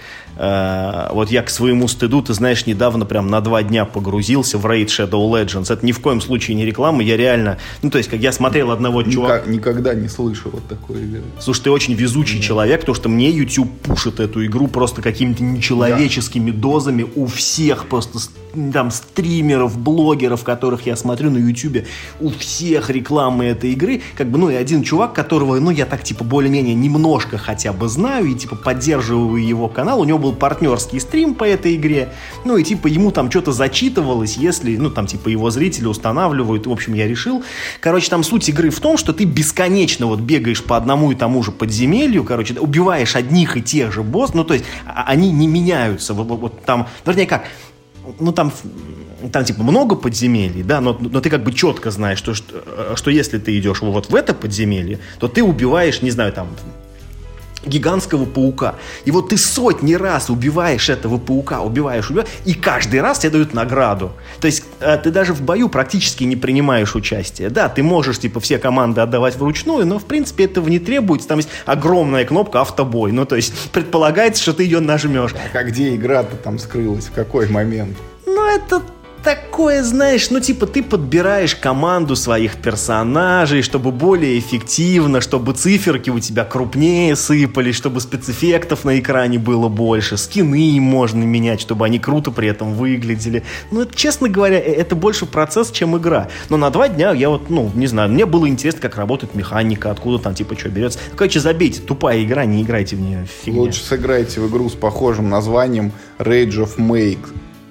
Speaker 2: вот я к своему стыду, ты знаешь, недавно прям на 2 дня погрузился в Raid Shadow Legends. Это ни в коем случае не реклама, я реально... Ну, то есть, как я смотрел одного чувака...
Speaker 1: Никогда не слышал вот такой игры.
Speaker 2: Слушай, ты очень везучий человек, потому что мне YouTube пушит эту игру просто какими-то нечеловеческими дозами у всех просто там стримеров, блогеров, которых я смотрю на YouTube, у всех рекламы этой игры. Как бы, ну, и один чувак, которого, ну, я так, типа, более-менее немножко хотя бы знаю и, типа, поддерживаю его канал. У него был партнерский стрим по этой игре. Ну, и, типа, ему там что-то зачитывалось, если, ну, там, типа, его зрители устанавливают. В общем, я решил. Короче, там суть игры в том, что ты бесконечно вот бегаешь по одному и тому же подземелью, короче, убиваешь одних и тех же боссов. Ну, то есть, они не меняются. Вот там, вернее, как... Ну, там типа много подземелий, да, но ты как бы четко знаешь, что если ты идешь вот в это подземелье, то ты убиваешь, не знаю, там, гигантского паука. И вот ты сотни раз убиваешь этого паука, убиваешь, и каждый раз тебе дают награду. То есть ты даже в бою практически не принимаешь участие. Да, ты можешь, типа, все команды отдавать вручную, но, в принципе, этого не требуется. Там есть огромная кнопка «Автобой». Ну, то есть предполагается, что ты ее нажмешь.
Speaker 1: А где игра-то там скрылась? В какой момент?
Speaker 2: Ну, это... такое, знаешь, ну, типа, ты подбираешь команду своих персонажей, чтобы более эффективно, чтобы циферки у тебя крупнее сыпались, чтобы спецэффектов на экране было больше, скины им можно менять, чтобы они круто при этом выглядели. Ну, это, честно говоря, это больше процесс, чем игра. Но на 2 дня я вот, ну, не знаю, мне было интересно, как работает механика, откуда там, типа, что берется. Короче, забейте, тупая игра, не играйте в нее, фигня.
Speaker 1: Лучше сыграйте в игру с похожим названием Rage of Make.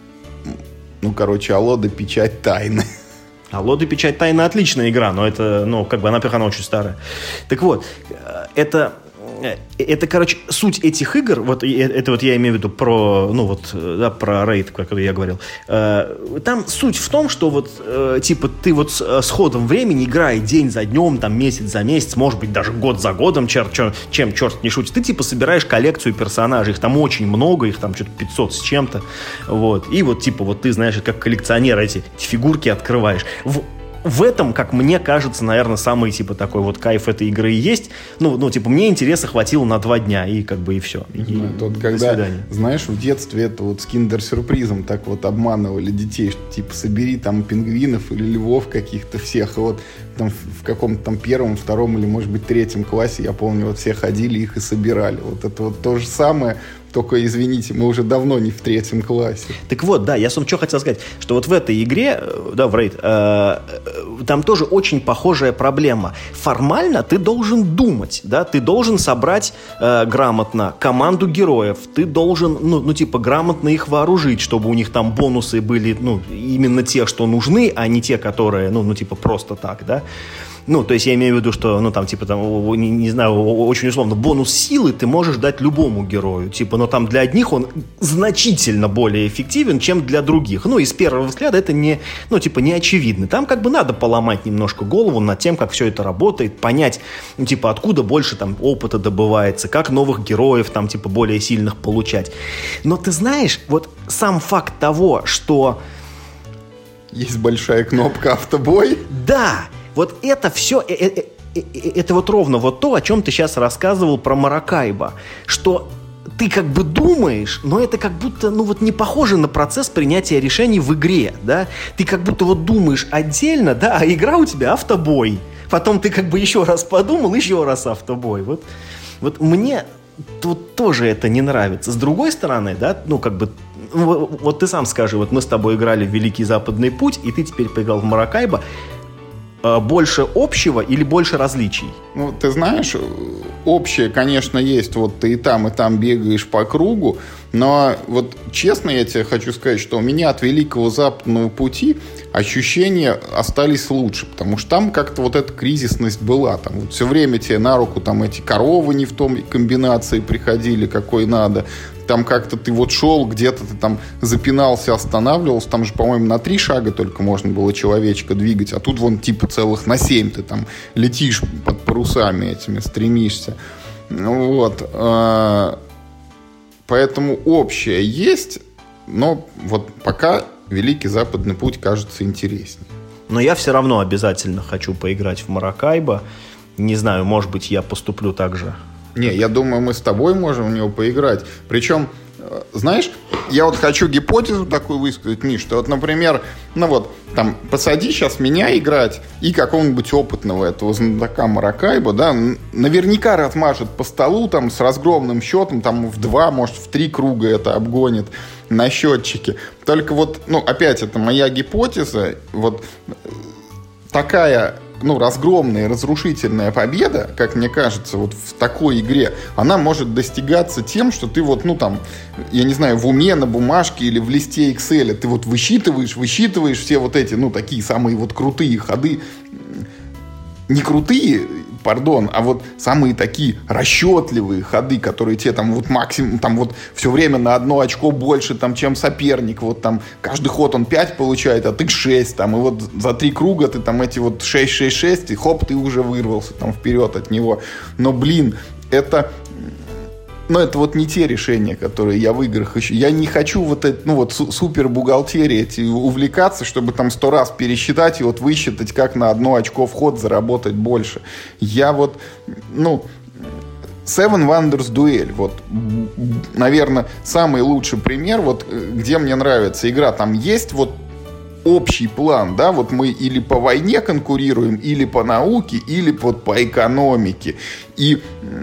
Speaker 1: Ну, короче, Алло да Печать Тайны.
Speaker 2: Алло да Печать Тайны — отличная игра, но это, ну, как бы, она очень старая. Так вот, это это, короче, суть этих игр, вот это вот я имею в виду про, ну вот, да, про рейд, как я говорил. Там суть в том, что вот, типа, ты вот с ходом времени, играя день за днем, там, месяц за месяц, может быть, даже год за годом, чем черт не шутит, ты, типа, собираешь коллекцию персонажей, их там очень много, их там что-то 500 с чем-то, вот, и вот, типа, вот ты, знаешь, как коллекционер эти фигурки открываешь. В этом, как мне кажется, наверное, самый, типа, такой вот кайф этой игры и есть. Ну, типа, мне интереса хватило на 2 дня, и как бы и все.
Speaker 1: Тут, когда, знаешь, в детстве это вот с киндер-сюрпризом так вот обманывали детей, что, типа, собери там пингвинов или львов каких-то всех, и вот там в каком-то там 1, 2 или, может быть, 3 классе, я помню, вот все ходили их и собирали. Вот это вот то же самое, только, извините, мы уже давно не в 3 классе.
Speaker 2: Так вот, да, я что хотел сказать, что вот в этой игре, да, в Raid, там тоже очень похожая проблема. Формально ты должен думать, да, ты должен собрать грамотно команду героев, ты должен, ну, типа, грамотно их вооружить, чтобы у них там бонусы были, ну, именно те, что нужны, а не те, которые, ну, типа, просто так, да. Ну, то есть я имею в виду, что, ну, там, типа, там, не знаю, очень условно, бонус силы ты можешь дать любому герою, типа, но там для одних он значительно более эффективен, чем для других. Ну, и с первого взгляда это не, ну, типа, не очевидно. Там как бы надо поломать немножко голову над тем, как все это работает, понять, ну, типа, откуда больше там опыта добывается, как новых героев там, типа, более сильных получать. Но ты знаешь, вот сам факт того, что...
Speaker 1: Есть большая кнопка «Автобой».
Speaker 2: Да! Вот это все, это вот ровно вот то, о чем ты сейчас рассказывал про Маракайбо, что ты как бы думаешь, но это как будто, ну вот не похоже на процесс принятия решений в игре, да? Ты как будто вот думаешь отдельно, да, а игра у тебя автобой. Потом ты как бы еще раз подумал, еще раз автобой. Вот мне тут тоже это не нравится. С другой стороны, да, ну как бы, вот ты сам скажи, вот мы с тобой играли в Великий Западный Путь, и ты теперь поиграл в Маракайбо. Больше общего или больше различий?
Speaker 1: Ну, ты знаешь, общее, конечно, есть. Вот ты и там бегаешь по кругу. Но вот честно я тебе хочу сказать, что у меня от Великого Западного Пути ощущения остались лучше. Потому что там как-то вот эта кризисность была. Там вот все время тебе на руку там эти коровы не в том комбинации приходили, какой надо. Там как-то ты вот шел, где-то ты там запинался, останавливался. Там же, по-моему, на 3 шага только можно было человечка двигать. А тут вон типа целых на 7 ты там летишь под парусами этими, стремишься. Вот. Поэтому общее есть, но вот пока Великий Западный Путь кажется интереснее.
Speaker 2: Но я все равно обязательно хочу поиграть в Маракайбо. Не знаю, может быть, я поступлю так же.
Speaker 1: Не, я думаю, мы с тобой можем в него поиграть. Причем, знаешь, я вот хочу гипотезу такую высказать, Миш, что вот, например, ну вот, там, посади сейчас меня играть и какого-нибудь опытного этого знатока Маракайбо, да, наверняка размажет по столу там с разгромным счетом, там в 2, может, в 3 круга это обгонит на счетчике. Только вот, ну, опять, это моя гипотеза, вот такая... ну, разгромная, разрушительная победа, как мне кажется, вот в такой игре, она может достигаться тем, что ты вот, ну, там, я не знаю, в уме, на бумажке или в листе Excel ты вот высчитываешь все вот эти, ну, такие самые вот крутые ходы, не крутые, пардон, а вот самые такие расчетливые ходы, которые тебе там вот максимум, там вот все время на 1 очко больше, там, чем соперник, вот там каждый ход он 5 получает, а ты 6, там, и вот за 3 круга ты там эти вот 6-6-6, и хоп, ты уже вырвался там вперед от него. Но, блин, это... Но это вот не те решения, которые я в играх ищу. Я не хочу вот это, ну вот супер бухгалтерией увлекаться, чтобы там 100 раз пересчитать и вот высчитать, как на 1 очко вход заработать больше. Я вот, ну, Seven Wonders Duel, вот, наверное, самый лучший пример, вот, где мне нравится игра. Там есть вот общий план, да, вот мы или по войне конкурируем, или по науке, или вот по экономике. И...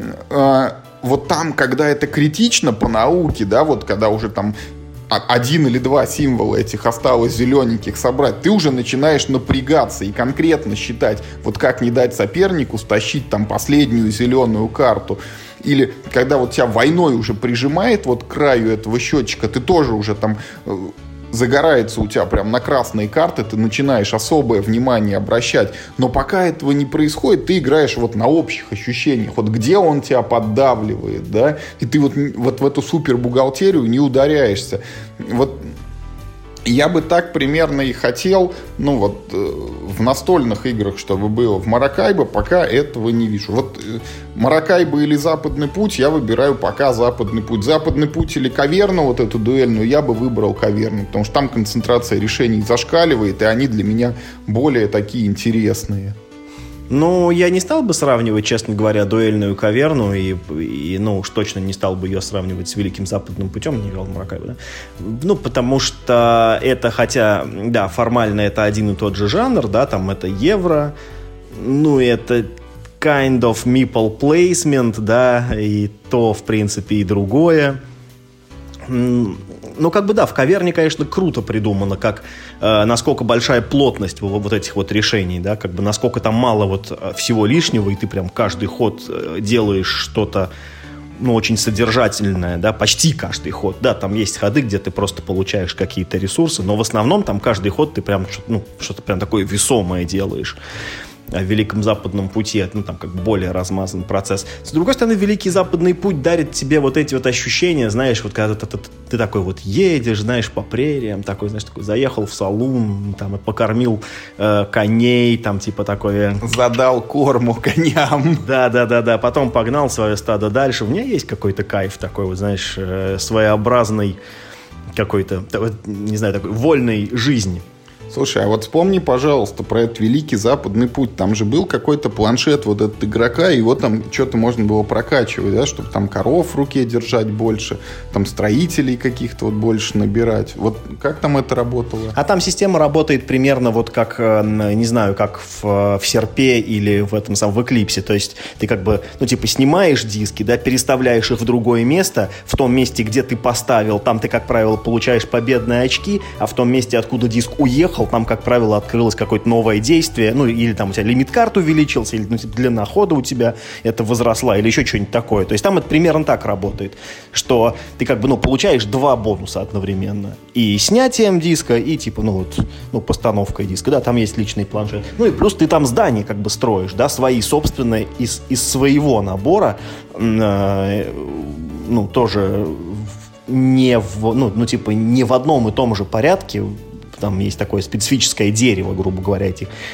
Speaker 1: вот там, когда это критично по науке, да, вот когда уже там 1 или 2 символа этих осталось зелененьких собрать, ты уже начинаешь напрягаться и конкретно считать, вот как не дать сопернику стащить там последнюю зеленую карту. Или когда вот тебя войной уже прижимает вот к краю этого счетчика, ты тоже уже там загорается у тебя прям на красные карты, ты начинаешь особое внимание обращать. Но пока этого не происходит, ты играешь вот на общих ощущениях. Вот где он тебя поддавливает, да, и ты вот в эту супербухгалтерию не ударяешься. Вот я бы так примерно и хотел, ну вот в настольных играх, чтобы было. В Маракайбо пока этого не вижу. Вот Маракайбо или Западный путь, я выбираю пока Западный путь. Западный путь или Каверну, вот эту дуэльную, я бы выбрал Каверну, потому что там концентрация решений зашкаливает, и они для меня более такие интересные.
Speaker 2: Ну, я не стал бы сравнивать, честно говоря, дуэльную Каверну и ну, уж точно не стал бы ее сравнивать с Великим Западным путем, не играл в Маракайбо, да? Ну, потому что это, хотя, да, формально это один и тот же жанр, да, там это евро, ну, это kind of meeple placement, да, и то, в принципе, и другое. Ну, как бы, да, в Каверне, конечно, круто придумано, как насколько большая плотность вот этих вот решений, да, как бы насколько там мало вот всего лишнего, и ты прям каждый ход делаешь что-то, ну, очень содержательное, да, почти каждый ход, да, там есть ходы, где ты просто получаешь какие-то ресурсы, но в основном там каждый ход ты прям, ну, что-то прям такое весомое делаешь. В Великом Западном пути, ну, там как бы более размазан процесс. С другой стороны, Великий Западный путь дарит тебе вот эти вот ощущения, знаешь, вот когда ты такой вот едешь, знаешь, по прериям, такой, знаешь, такой заехал в салун, там, и покормил коней, там, типа такой...
Speaker 1: Задал корму коням.
Speaker 2: Да, потом погнал свое стадо дальше. У меня есть какой-то кайф такой, вот, знаешь, своеобразный какой-то, не знаю, такой вольной жизни.
Speaker 1: Слушай, а вот вспомни, пожалуйста, про этот Великий Западный путь. Там же был какой-то планшет вот этот игрока, и его там что-то можно было прокачивать, да, чтобы там коров в руке держать больше, там строителей каких-то вот больше набирать. Вот как там это работало?
Speaker 2: А там система работает примерно вот как, не знаю, как в серпе или в этом самом, в Эклипсе. То есть ты как бы, ну, типа, снимаешь диски, да, переставляешь их в другое место, в том месте, где ты поставил, там ты, как правило, получаешь победные очки, а в том месте, откуда диск уехал, там, как правило, открылось какое-то новое действие, ну, или там у тебя лимит-карт увеличился, или, ну, типа, длина хода у тебя это возросла, или еще что-нибудь такое. То есть там это примерно так работает, что ты как бы, ну, получаешь два бонуса одновременно. И снятием диска, и типа, ну, вот, ну, постановкой диска, да, там есть личный планшет. Ну, и плюс ты там здания как бы строишь, да, свои собственные, из своего набора, ну, тоже не в, ну, типа, не в одном и том же порядке. Там есть такое специфическое дерево, грубо говоря,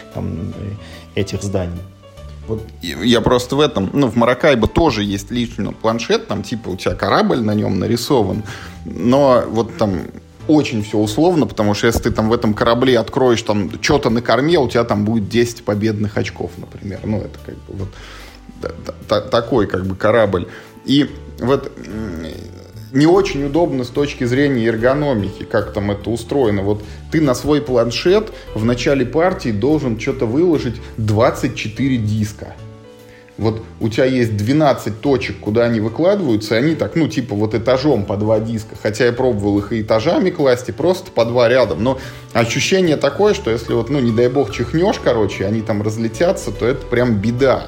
Speaker 2: этих зданий.
Speaker 1: Вот я просто в этом, ну, в Маракайбо тоже есть личный планшет, там типа у тебя корабль на нем нарисован, но вот там очень все условно, потому что если ты там в этом корабле откроешь там что-то на корме, у тебя там будет 10 победных очков, например. Ну, это как бы вот такой как бы корабль. И вот не очень удобно с точки зрения эргономики, как там это устроено. Вот ты на свой планшет в начале партии должен что-то выложить 24 диска. Вот у тебя есть 12 точек, куда они выкладываются, и они так, ну, типа вот этажом по 2 диска. Хотя я пробовал их и этажами класть, и просто по 2 рядом. Но ощущение такое, что если вот, ну, не дай бог, чихнешь, короче, они там разлетятся, то это прям беда.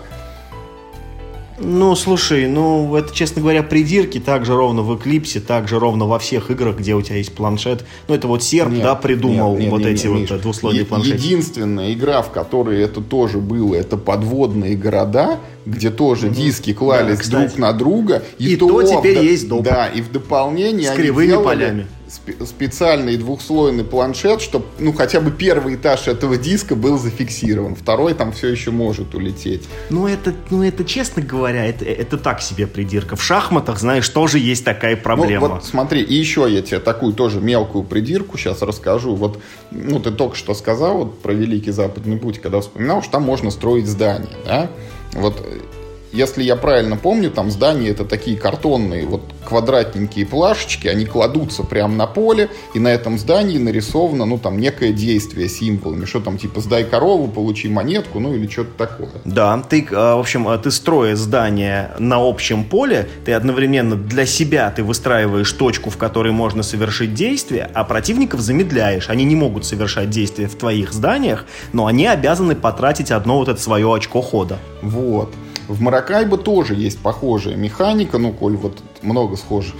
Speaker 2: Ну, слушай, ну, это, честно говоря, придирки так же ровно в Эклипсе, так же ровно во всех играх, где у тебя есть планшет. Ну, это вот серп, да, придумал эти вот двуслойные планшеты.
Speaker 1: Единственная игра, в которой это тоже было, это подводные города, где тоже диски клались друг на друга.
Speaker 2: И то теперь есть доп.
Speaker 1: Да, и в дополнение
Speaker 2: с кривыми полями.
Speaker 1: Специальный двухслойный планшет, чтобы, ну, хотя бы первый этаж этого диска был зафиксирован. Второй там все еще может улететь.
Speaker 2: Ну, это честно говоря, это так себе придирка. В шахматах, знаешь, тоже есть такая проблема.
Speaker 1: Ну, вот смотри, и еще я тебе такую тоже мелкую придирку сейчас расскажу. Вот, ну, ты только что сказал вот про Великий Западный путь, когда вспоминал, что там можно строить здания, да? Вот, если я правильно помню, там здания это такие картонные, вот квадратненькие плашечки, они кладутся прямо на поле, и на этом здании нарисовано, ну, там, некое действие символами, что там, типа, сдай корову, получи монетку, ну, или что-то такое.
Speaker 2: Да, ты, в общем, ты строишь здание на общем поле, ты одновременно для себя ты выстраиваешь точку, в которой можно совершить действие, а противников замедляешь. Они не могут совершать действия в твоих зданиях, но они обязаны потратить одно вот это свое очко хода.
Speaker 1: Вот. В Маракайбо тоже есть похожая механика, ну, коль вот много схожих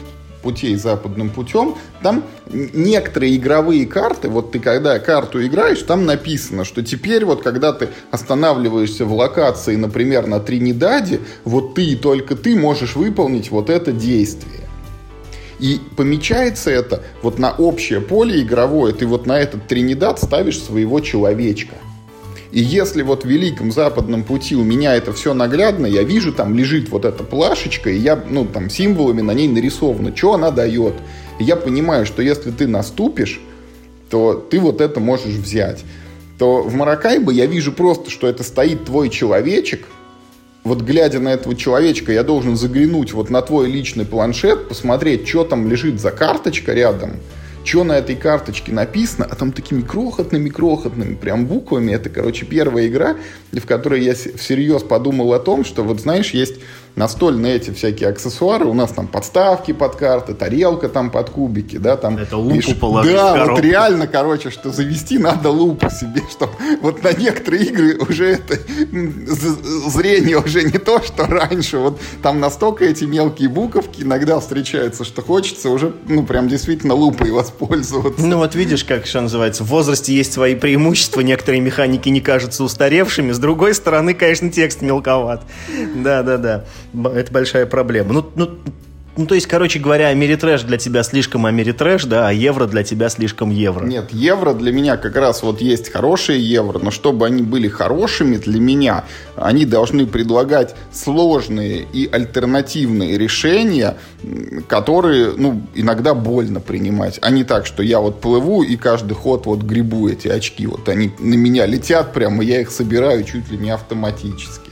Speaker 1: путей западным путем, там некоторые игровые карты, вот ты когда карту играешь, там написано, что теперь вот когда ты останавливаешься в локации, например, на Тринидаде, вот ты и только ты можешь выполнить вот это действие. И помечается это вот на общее поле игровое, ты вот на этот Тринидад ставишь своего человечка. И если вот в Великом Западном пути у меня это все наглядно, я вижу, там лежит вот эта плашечка, и я, там символами на ней нарисовано, что она дает. И я понимаю, что если ты наступишь, то ты вот это можешь взять. То в Маракайбо я вижу просто, что это стоит твой человечек. Вот глядя на этого человечка, я должен заглянуть вот на твой личный планшет, посмотреть, что там лежит за карточка рядом, что на этой карточке написано, а там такими крохотными прям буквами. Это, первая игра, в которой я всерьез подумал о том, что вот знаешь, есть настольные эти всякие аксессуары, у нас там подставки под карты, тарелка там под кубики, да, там...
Speaker 2: Это лупу положить в
Speaker 1: Да,
Speaker 2: коробку.
Speaker 1: вот реально, что завести надо лупу себе, чтобы вот на некоторые игры уже это зрение уже не то, что раньше, вот там настолько эти мелкие буковки иногда встречаются, что хочется уже, прям действительно лупой воспользоваться.
Speaker 2: Ну вот видишь, как что называется, в возрасте есть свои преимущества, некоторые механики не кажутся устаревшими, с другой стороны, конечно, текст мелковат. Да. Это большая проблема. То есть, говоря, Америтрэш для тебя слишком Америтрэш, да, а евро для тебя слишком евро.
Speaker 1: Нет, евро для меня как раз вот есть хорошие евро, но чтобы они были хорошими для меня, они должны предлагать сложные и альтернативные решения, которые, иногда больно принимать. А не так, что я вот плыву и каждый ход вот гребу эти очки. Вот они на меня летят прямо, я их собираю чуть ли не автоматически.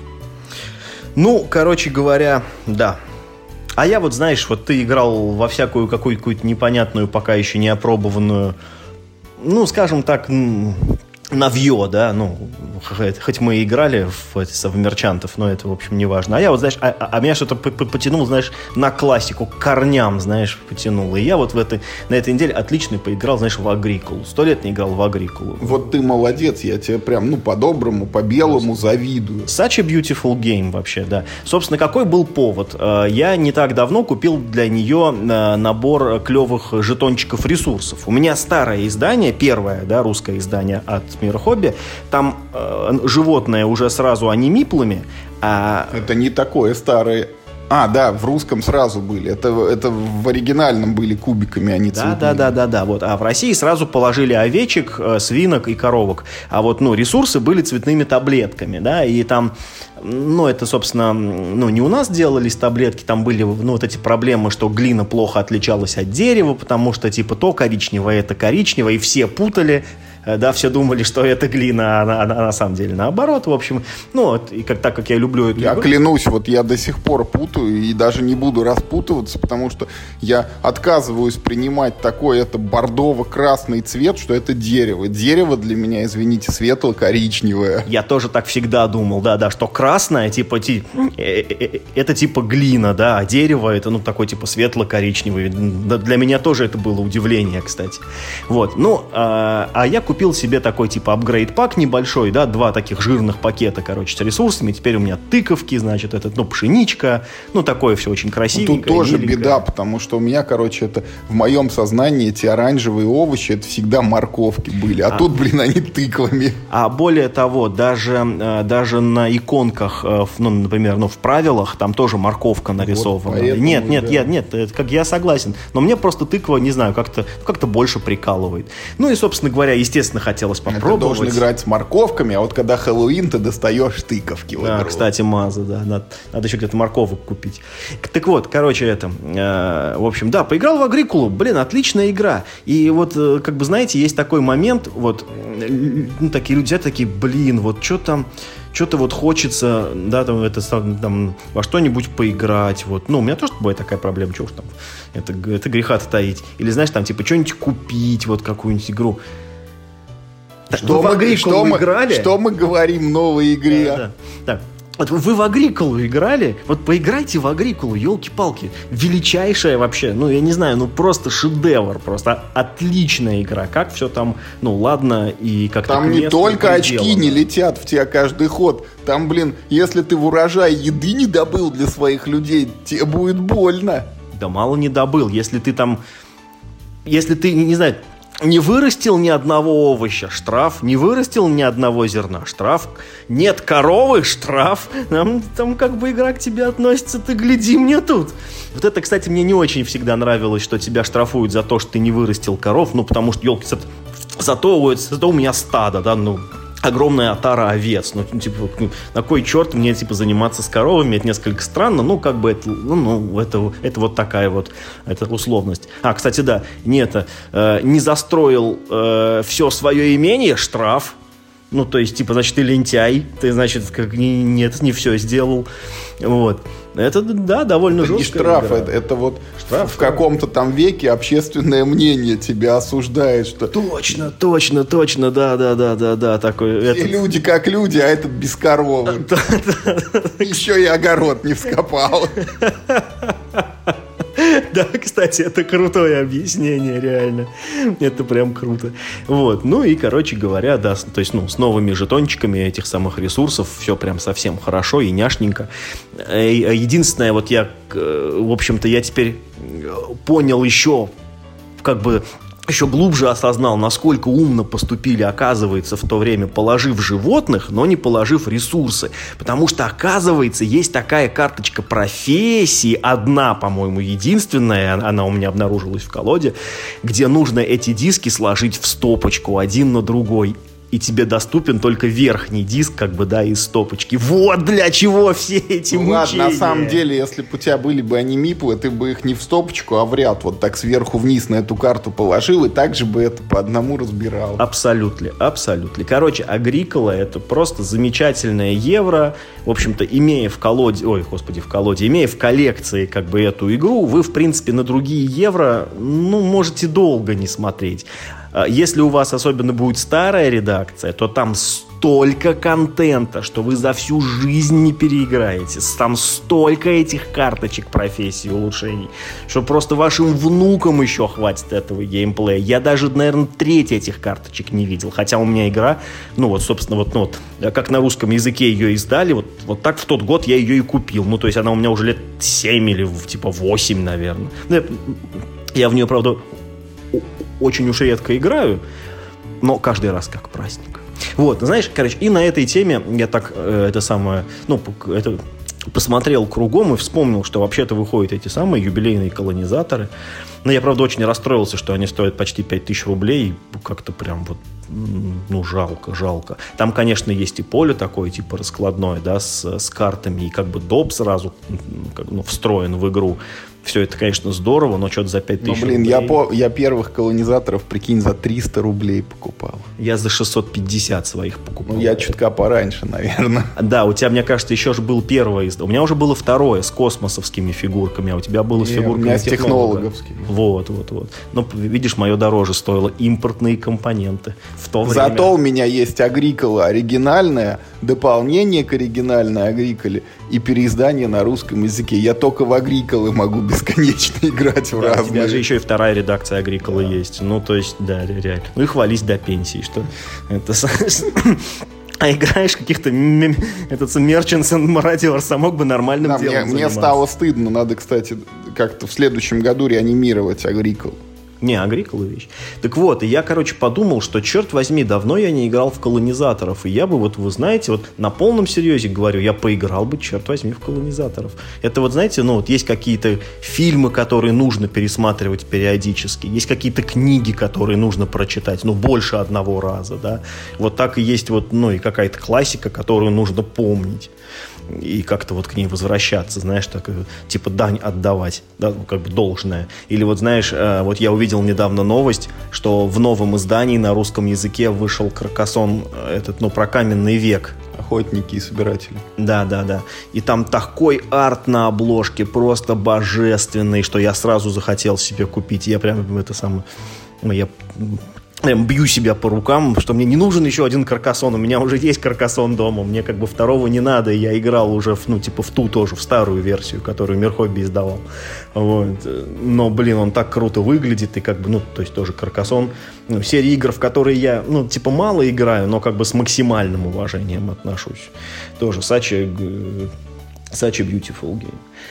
Speaker 2: Да. А я вот, знаешь, вот ты играл во всякую какую-то непонятную, пока еще не опробованную, скажем так, навье, да, хоть мы и играли в мерчантов, но это, в общем, не важно. А я вот, знаешь, меня что-то потянул, знаешь, на классику, к корням, знаешь, потянул. И я вот на этой неделе отлично поиграл, знаешь, в Агрикулу. 100 лет не играл в Агрикулу.
Speaker 1: Вот ты молодец, я тебе прям, по-доброму, по-белому завидую.
Speaker 2: Such a beautiful game вообще, да. Собственно, какой был повод? Я не так давно купил для нее набор клевых жетончиков ресурсов. У меня старое издание, первое, да, русское издание от Мира Хобби, там животное уже сразу, а не миплами.
Speaker 1: Это не такое старое. Да, в русском сразу были. Это в оригинальном были кубиками, а не цветными.
Speaker 2: Да. Вот. А в России сразу положили овечек, свинок и коровок. А вот, ресурсы были цветными таблетками, да, и там, это, собственно, не у нас делались таблетки, там были, вот эти проблемы, что глина плохо отличалась от дерева, потому что, то коричневое, это коричневое, и все путали. Да, все думали, что это глина, а на самом деле наоборот. В общем, и так как я люблю эту игру...
Speaker 1: Клянусь, вот я до сих пор путаю и даже не буду распутываться, потому что я отказываюсь принимать такой бордово-красный цвет, что это дерево. Дерево для меня, извините, светло-коричневое.
Speaker 2: Я тоже так всегда думал, да, что красное, это глина, да, а дерево это, такой, светло-коричневый. Для меня тоже это было удивление, кстати. Вот, а я купил себе такой апгрейд-пак небольшой, да, 2 таких жирных пакета, с ресурсами. Теперь у меня тыковки, значит, пшеничка, такое все очень красивенькое.
Speaker 1: Тут тоже
Speaker 2: миленькое.
Speaker 1: беда, потому что у меня, это в моем сознании эти оранжевые овощи, это всегда морковки были, а тут, они тыквами.
Speaker 2: А более того, даже на иконках, например, в правилах, там тоже морковка нарисована.
Speaker 1: Вот
Speaker 2: нет, я согласен. Но мне просто тыква, не знаю, как-то больше прикалывает. И, собственно говоря, естественно, хотелось попробовать.
Speaker 1: Ты должен играть с морковками, а вот когда Хэллоуин, ты достаешь тыковки.
Speaker 2: Да, кстати, Маза, да. Надо еще где-то морковок купить. Так вот, в общем, да, поиграл в Агрикулу. Отличная игра. И вот, знаете, есть такой момент, такие люди такие, что-то вот хочется, да, там во что-нибудь поиграть, вот. У меня тоже бывает такая проблема, чего уж там, это греха-то таить. Или, знаешь, там, что-нибудь купить, вот какую-нибудь игру.
Speaker 1: Что мы говорим в новой игре?
Speaker 2: Да. Так. Вот вы в Агрикулу играли? Вот поиграйте в Агрикулу, елки-палки. Величайшая вообще, я не знаю, просто шедевр, просто отличная игра. Как все там, ладно, и как-то...
Speaker 1: Там не только очки не летят в тебя каждый ход. Там, если ты в урожай еды не добыл для своих людей, тебе будет больно.
Speaker 2: Да мало не добыл. Если ты, не знаю, не вырастил ни одного овоща, штраф. Не вырастил ни одного зерна, штраф. Нет коровы, штраф. Там как бы игра к тебе относится, ты гляди мне тут. Вот это, кстати, мне не очень всегда нравилось, что тебя штрафуют за то, что ты не вырастил коров. Ну, потому что, елки, зато у меня стадо, да, огромная отара овец. На кой черт мне, заниматься с коровами? Это несколько странно. Это вот такая вот это условность. Кстати, да, не застроил все свое имение, штраф. Значит, ты лентяй. Ты, значит, не все сделал. Вот. Это, да, довольно жестко.
Speaker 1: Это не штраф, это вот штраф, в каком-то там веке общественное мнение тебя осуждает, что...
Speaker 2: Точно, да, такой...
Speaker 1: Все люди как люди, а этот без коровы. Еще и огород не вскопал.
Speaker 2: Да, кстати, это крутое объяснение, реально. Это прям круто. Вот, короче говоря, да, то есть, с новыми жетончиками этих самых ресурсов все прям совсем хорошо и няшненько. Единственное, я теперь понял еще глубже осознал, насколько умно поступили, оказывается, в то время, положив животных, но не положив ресурсы. Потому что, оказывается, есть такая карточка профессии, одна, по-моему, единственная, она у меня обнаружилась в колоде, где нужно эти диски сложить в стопочку, один на другой. И тебе доступен только верхний диск, из стопочки. Вот для чего все эти мучения.
Speaker 1: Ладно, на самом деле, если бы у тебя были бы они миплы, ты бы их не в стопочку, а в ряд вот так сверху вниз на эту карту положил, и так же бы это по одному разбирал.
Speaker 2: Абсолютно. Короче, Agricola — это просто замечательное евро. В общем-то, имея в коллекции эту игру, вы, в принципе, на другие евро, можете долго не смотреть. Если у вас особенно будет старая редакция, то там столько контента, что вы за всю жизнь не переиграете. Там столько этих карточек профессий, улучшений, что просто вашим внукам еще хватит этого геймплея. Я даже, наверное, треть этих карточек не видел. Хотя у меня игра, как на русском языке ее издали, вот так в тот год я ее и купил. То есть она у меня уже лет 7 или 8, наверное. Я в нее, правда, очень уж редко играю, но каждый раз как праздник. Вот, знаешь, и на этой теме я так, посмотрел кругом и вспомнил, что вообще-то выходят эти самые юбилейные колонизаторы. Но я, правда, очень расстроился, что они стоят почти 5000 рублей. Как-то прям жалко. Там, конечно, есть и поле такое, раскладное, да, с картами, и доп сразу встроен в игру. Все это, конечно, здорово, но что-то за 5000 рублей.
Speaker 1: Я первых колонизаторов, прикинь, за 300 рублей покупал.
Speaker 2: Я за 650 своих покупал.
Speaker 1: Я чутка пораньше, наверное.
Speaker 2: Да, у тебя, мне кажется, еще же был первое. У меня уже было второе с космосовскими фигурками, а у тебя было с фигурками
Speaker 1: у меня с технологовскими.
Speaker 2: Вот. Видишь, мое дороже стоило импортные компоненты в то время.
Speaker 1: Зато у меня есть Agricola оригинальная, дополнение к оригинальной Agricola и переиздание на русском языке. Я только в Agricola могу бесконечно играть в разные.
Speaker 2: У тебя же еще и вторая редакция Agricola есть. То есть, да, реально. И хвались до пенсии, что это... А играешь каких-то Merchants and Marauders, а мог бы нормальным делом заниматься.
Speaker 1: Мне стало стыдно. Надо, кстати, как-то в следующем году реанимировать Agricola.
Speaker 2: Не, Agricola вещь. Так вот, и я, подумал, что, черт возьми, давно я не играл в колонизаторов. И я бы, вы знаете, на полном серьезе говорю, я поиграл бы, черт возьми, в колонизаторов. Это знаете, есть какие-то фильмы, которые нужно пересматривать периодически. Есть какие-то книги, которые нужно прочитать, больше одного раза, да. Вот так и есть и какая-то классика, которую нужно помнить. И как-то к ней возвращаться, знаешь, так, дань отдавать, да, должное. Или знаешь, я увидел недавно новость, что в новом издании на русском языке вышел Каркасон, про каменный век.
Speaker 1: Охотники и собиратели.
Speaker 2: Да. И там такой арт на обложке, просто божественный, что я сразу захотел себе купить. Я прям я бью себя по рукам, что мне не нужен еще один Каркасон, у меня уже есть Каркасон дома, мне второго не надо, и я играл уже в ту тоже, в старую версию, которую Мир Хобби издавал. Вот. Но, он так круто выглядит, и то есть тоже Каркасон, серия игр, в которые я, мало играю, но с максимальным уважением отношусь. Тоже such a beautiful game.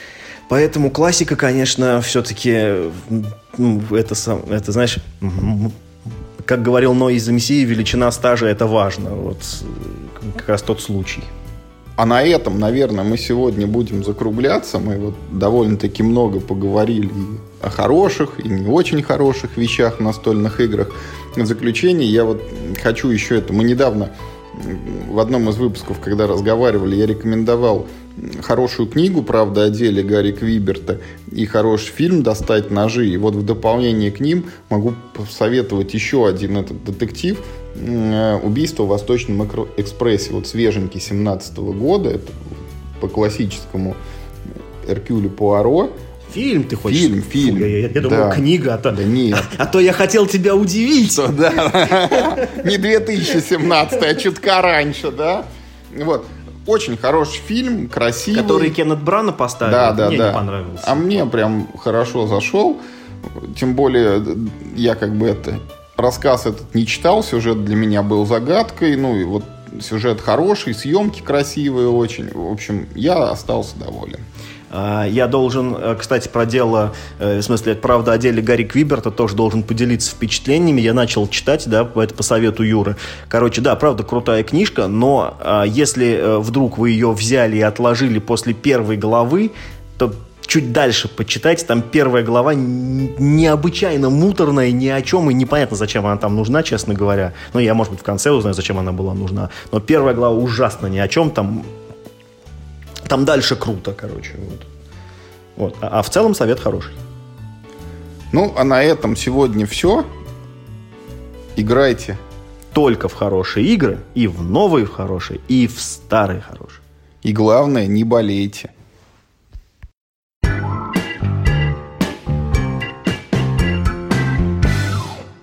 Speaker 2: Поэтому классика, конечно, все-таки, это, знаешь, как говорил Ной из МС, величина стажа — это важно. Вот как раз тот случай.
Speaker 1: А на этом, наверное, мы сегодня будем закругляться. Мы вот довольно-таки много поговорили и о хороших, и не очень хороших вещах в настольных играх. В заключение я вот хочу еще это... Мы недавно в одном из выпусков, когда разговаривали, я рекомендовал хорошую книгу «Правда о деле» Гарри Квиберта и хороший фильм «Достать ножи». И вот в дополнение к ним могу посоветовать еще один этот детектив «Убийство в Восточном экспрессе». Вот свеженький 17 года. Это по классическому Эркюлю Пуаро.
Speaker 2: Фильм ты хочешь?
Speaker 1: Фильм.
Speaker 2: Фу, я думал, книга.
Speaker 1: Да нет.
Speaker 2: А то я хотел тебя удивить.
Speaker 1: Что, да. Не 2017, а чутка раньше, да? Вот. Очень хороший фильм, красивый.
Speaker 2: Который Кеннет Брана поставил.
Speaker 1: Да.
Speaker 2: Мне не понравился.
Speaker 1: А мне прям хорошо зашел. Тем более, я рассказ этот не читал, сюжет для меня был загадкой. Ну, и вот сюжет хороший, съемки красивые очень. В общем, я остался доволен.
Speaker 2: Я должен, кстати, про дело, в смысле, правда о деле Гарри Квиберта, тоже должен поделиться впечатлениями. Я начал читать, да, это по совету Юры. Короче, да, правда, крутая книжка, но если вдруг вы ее взяли и отложили после первой главы, то чуть дальше почитайте. Там первая глава необычайно муторная, ни о чем, и непонятно, зачем она там нужна, честно говоря. Ну, я, может быть, в конце узнаю, зачем она была нужна. Но первая глава ужасно ни о чем, там дальше круто, короче. Вот. А в целом совет хороший.
Speaker 1: Ну, а на этом сегодня все. Играйте.
Speaker 2: Только в хорошие игры, и в новые хорошие, и в старые хорошие.
Speaker 1: И главное, не болейте.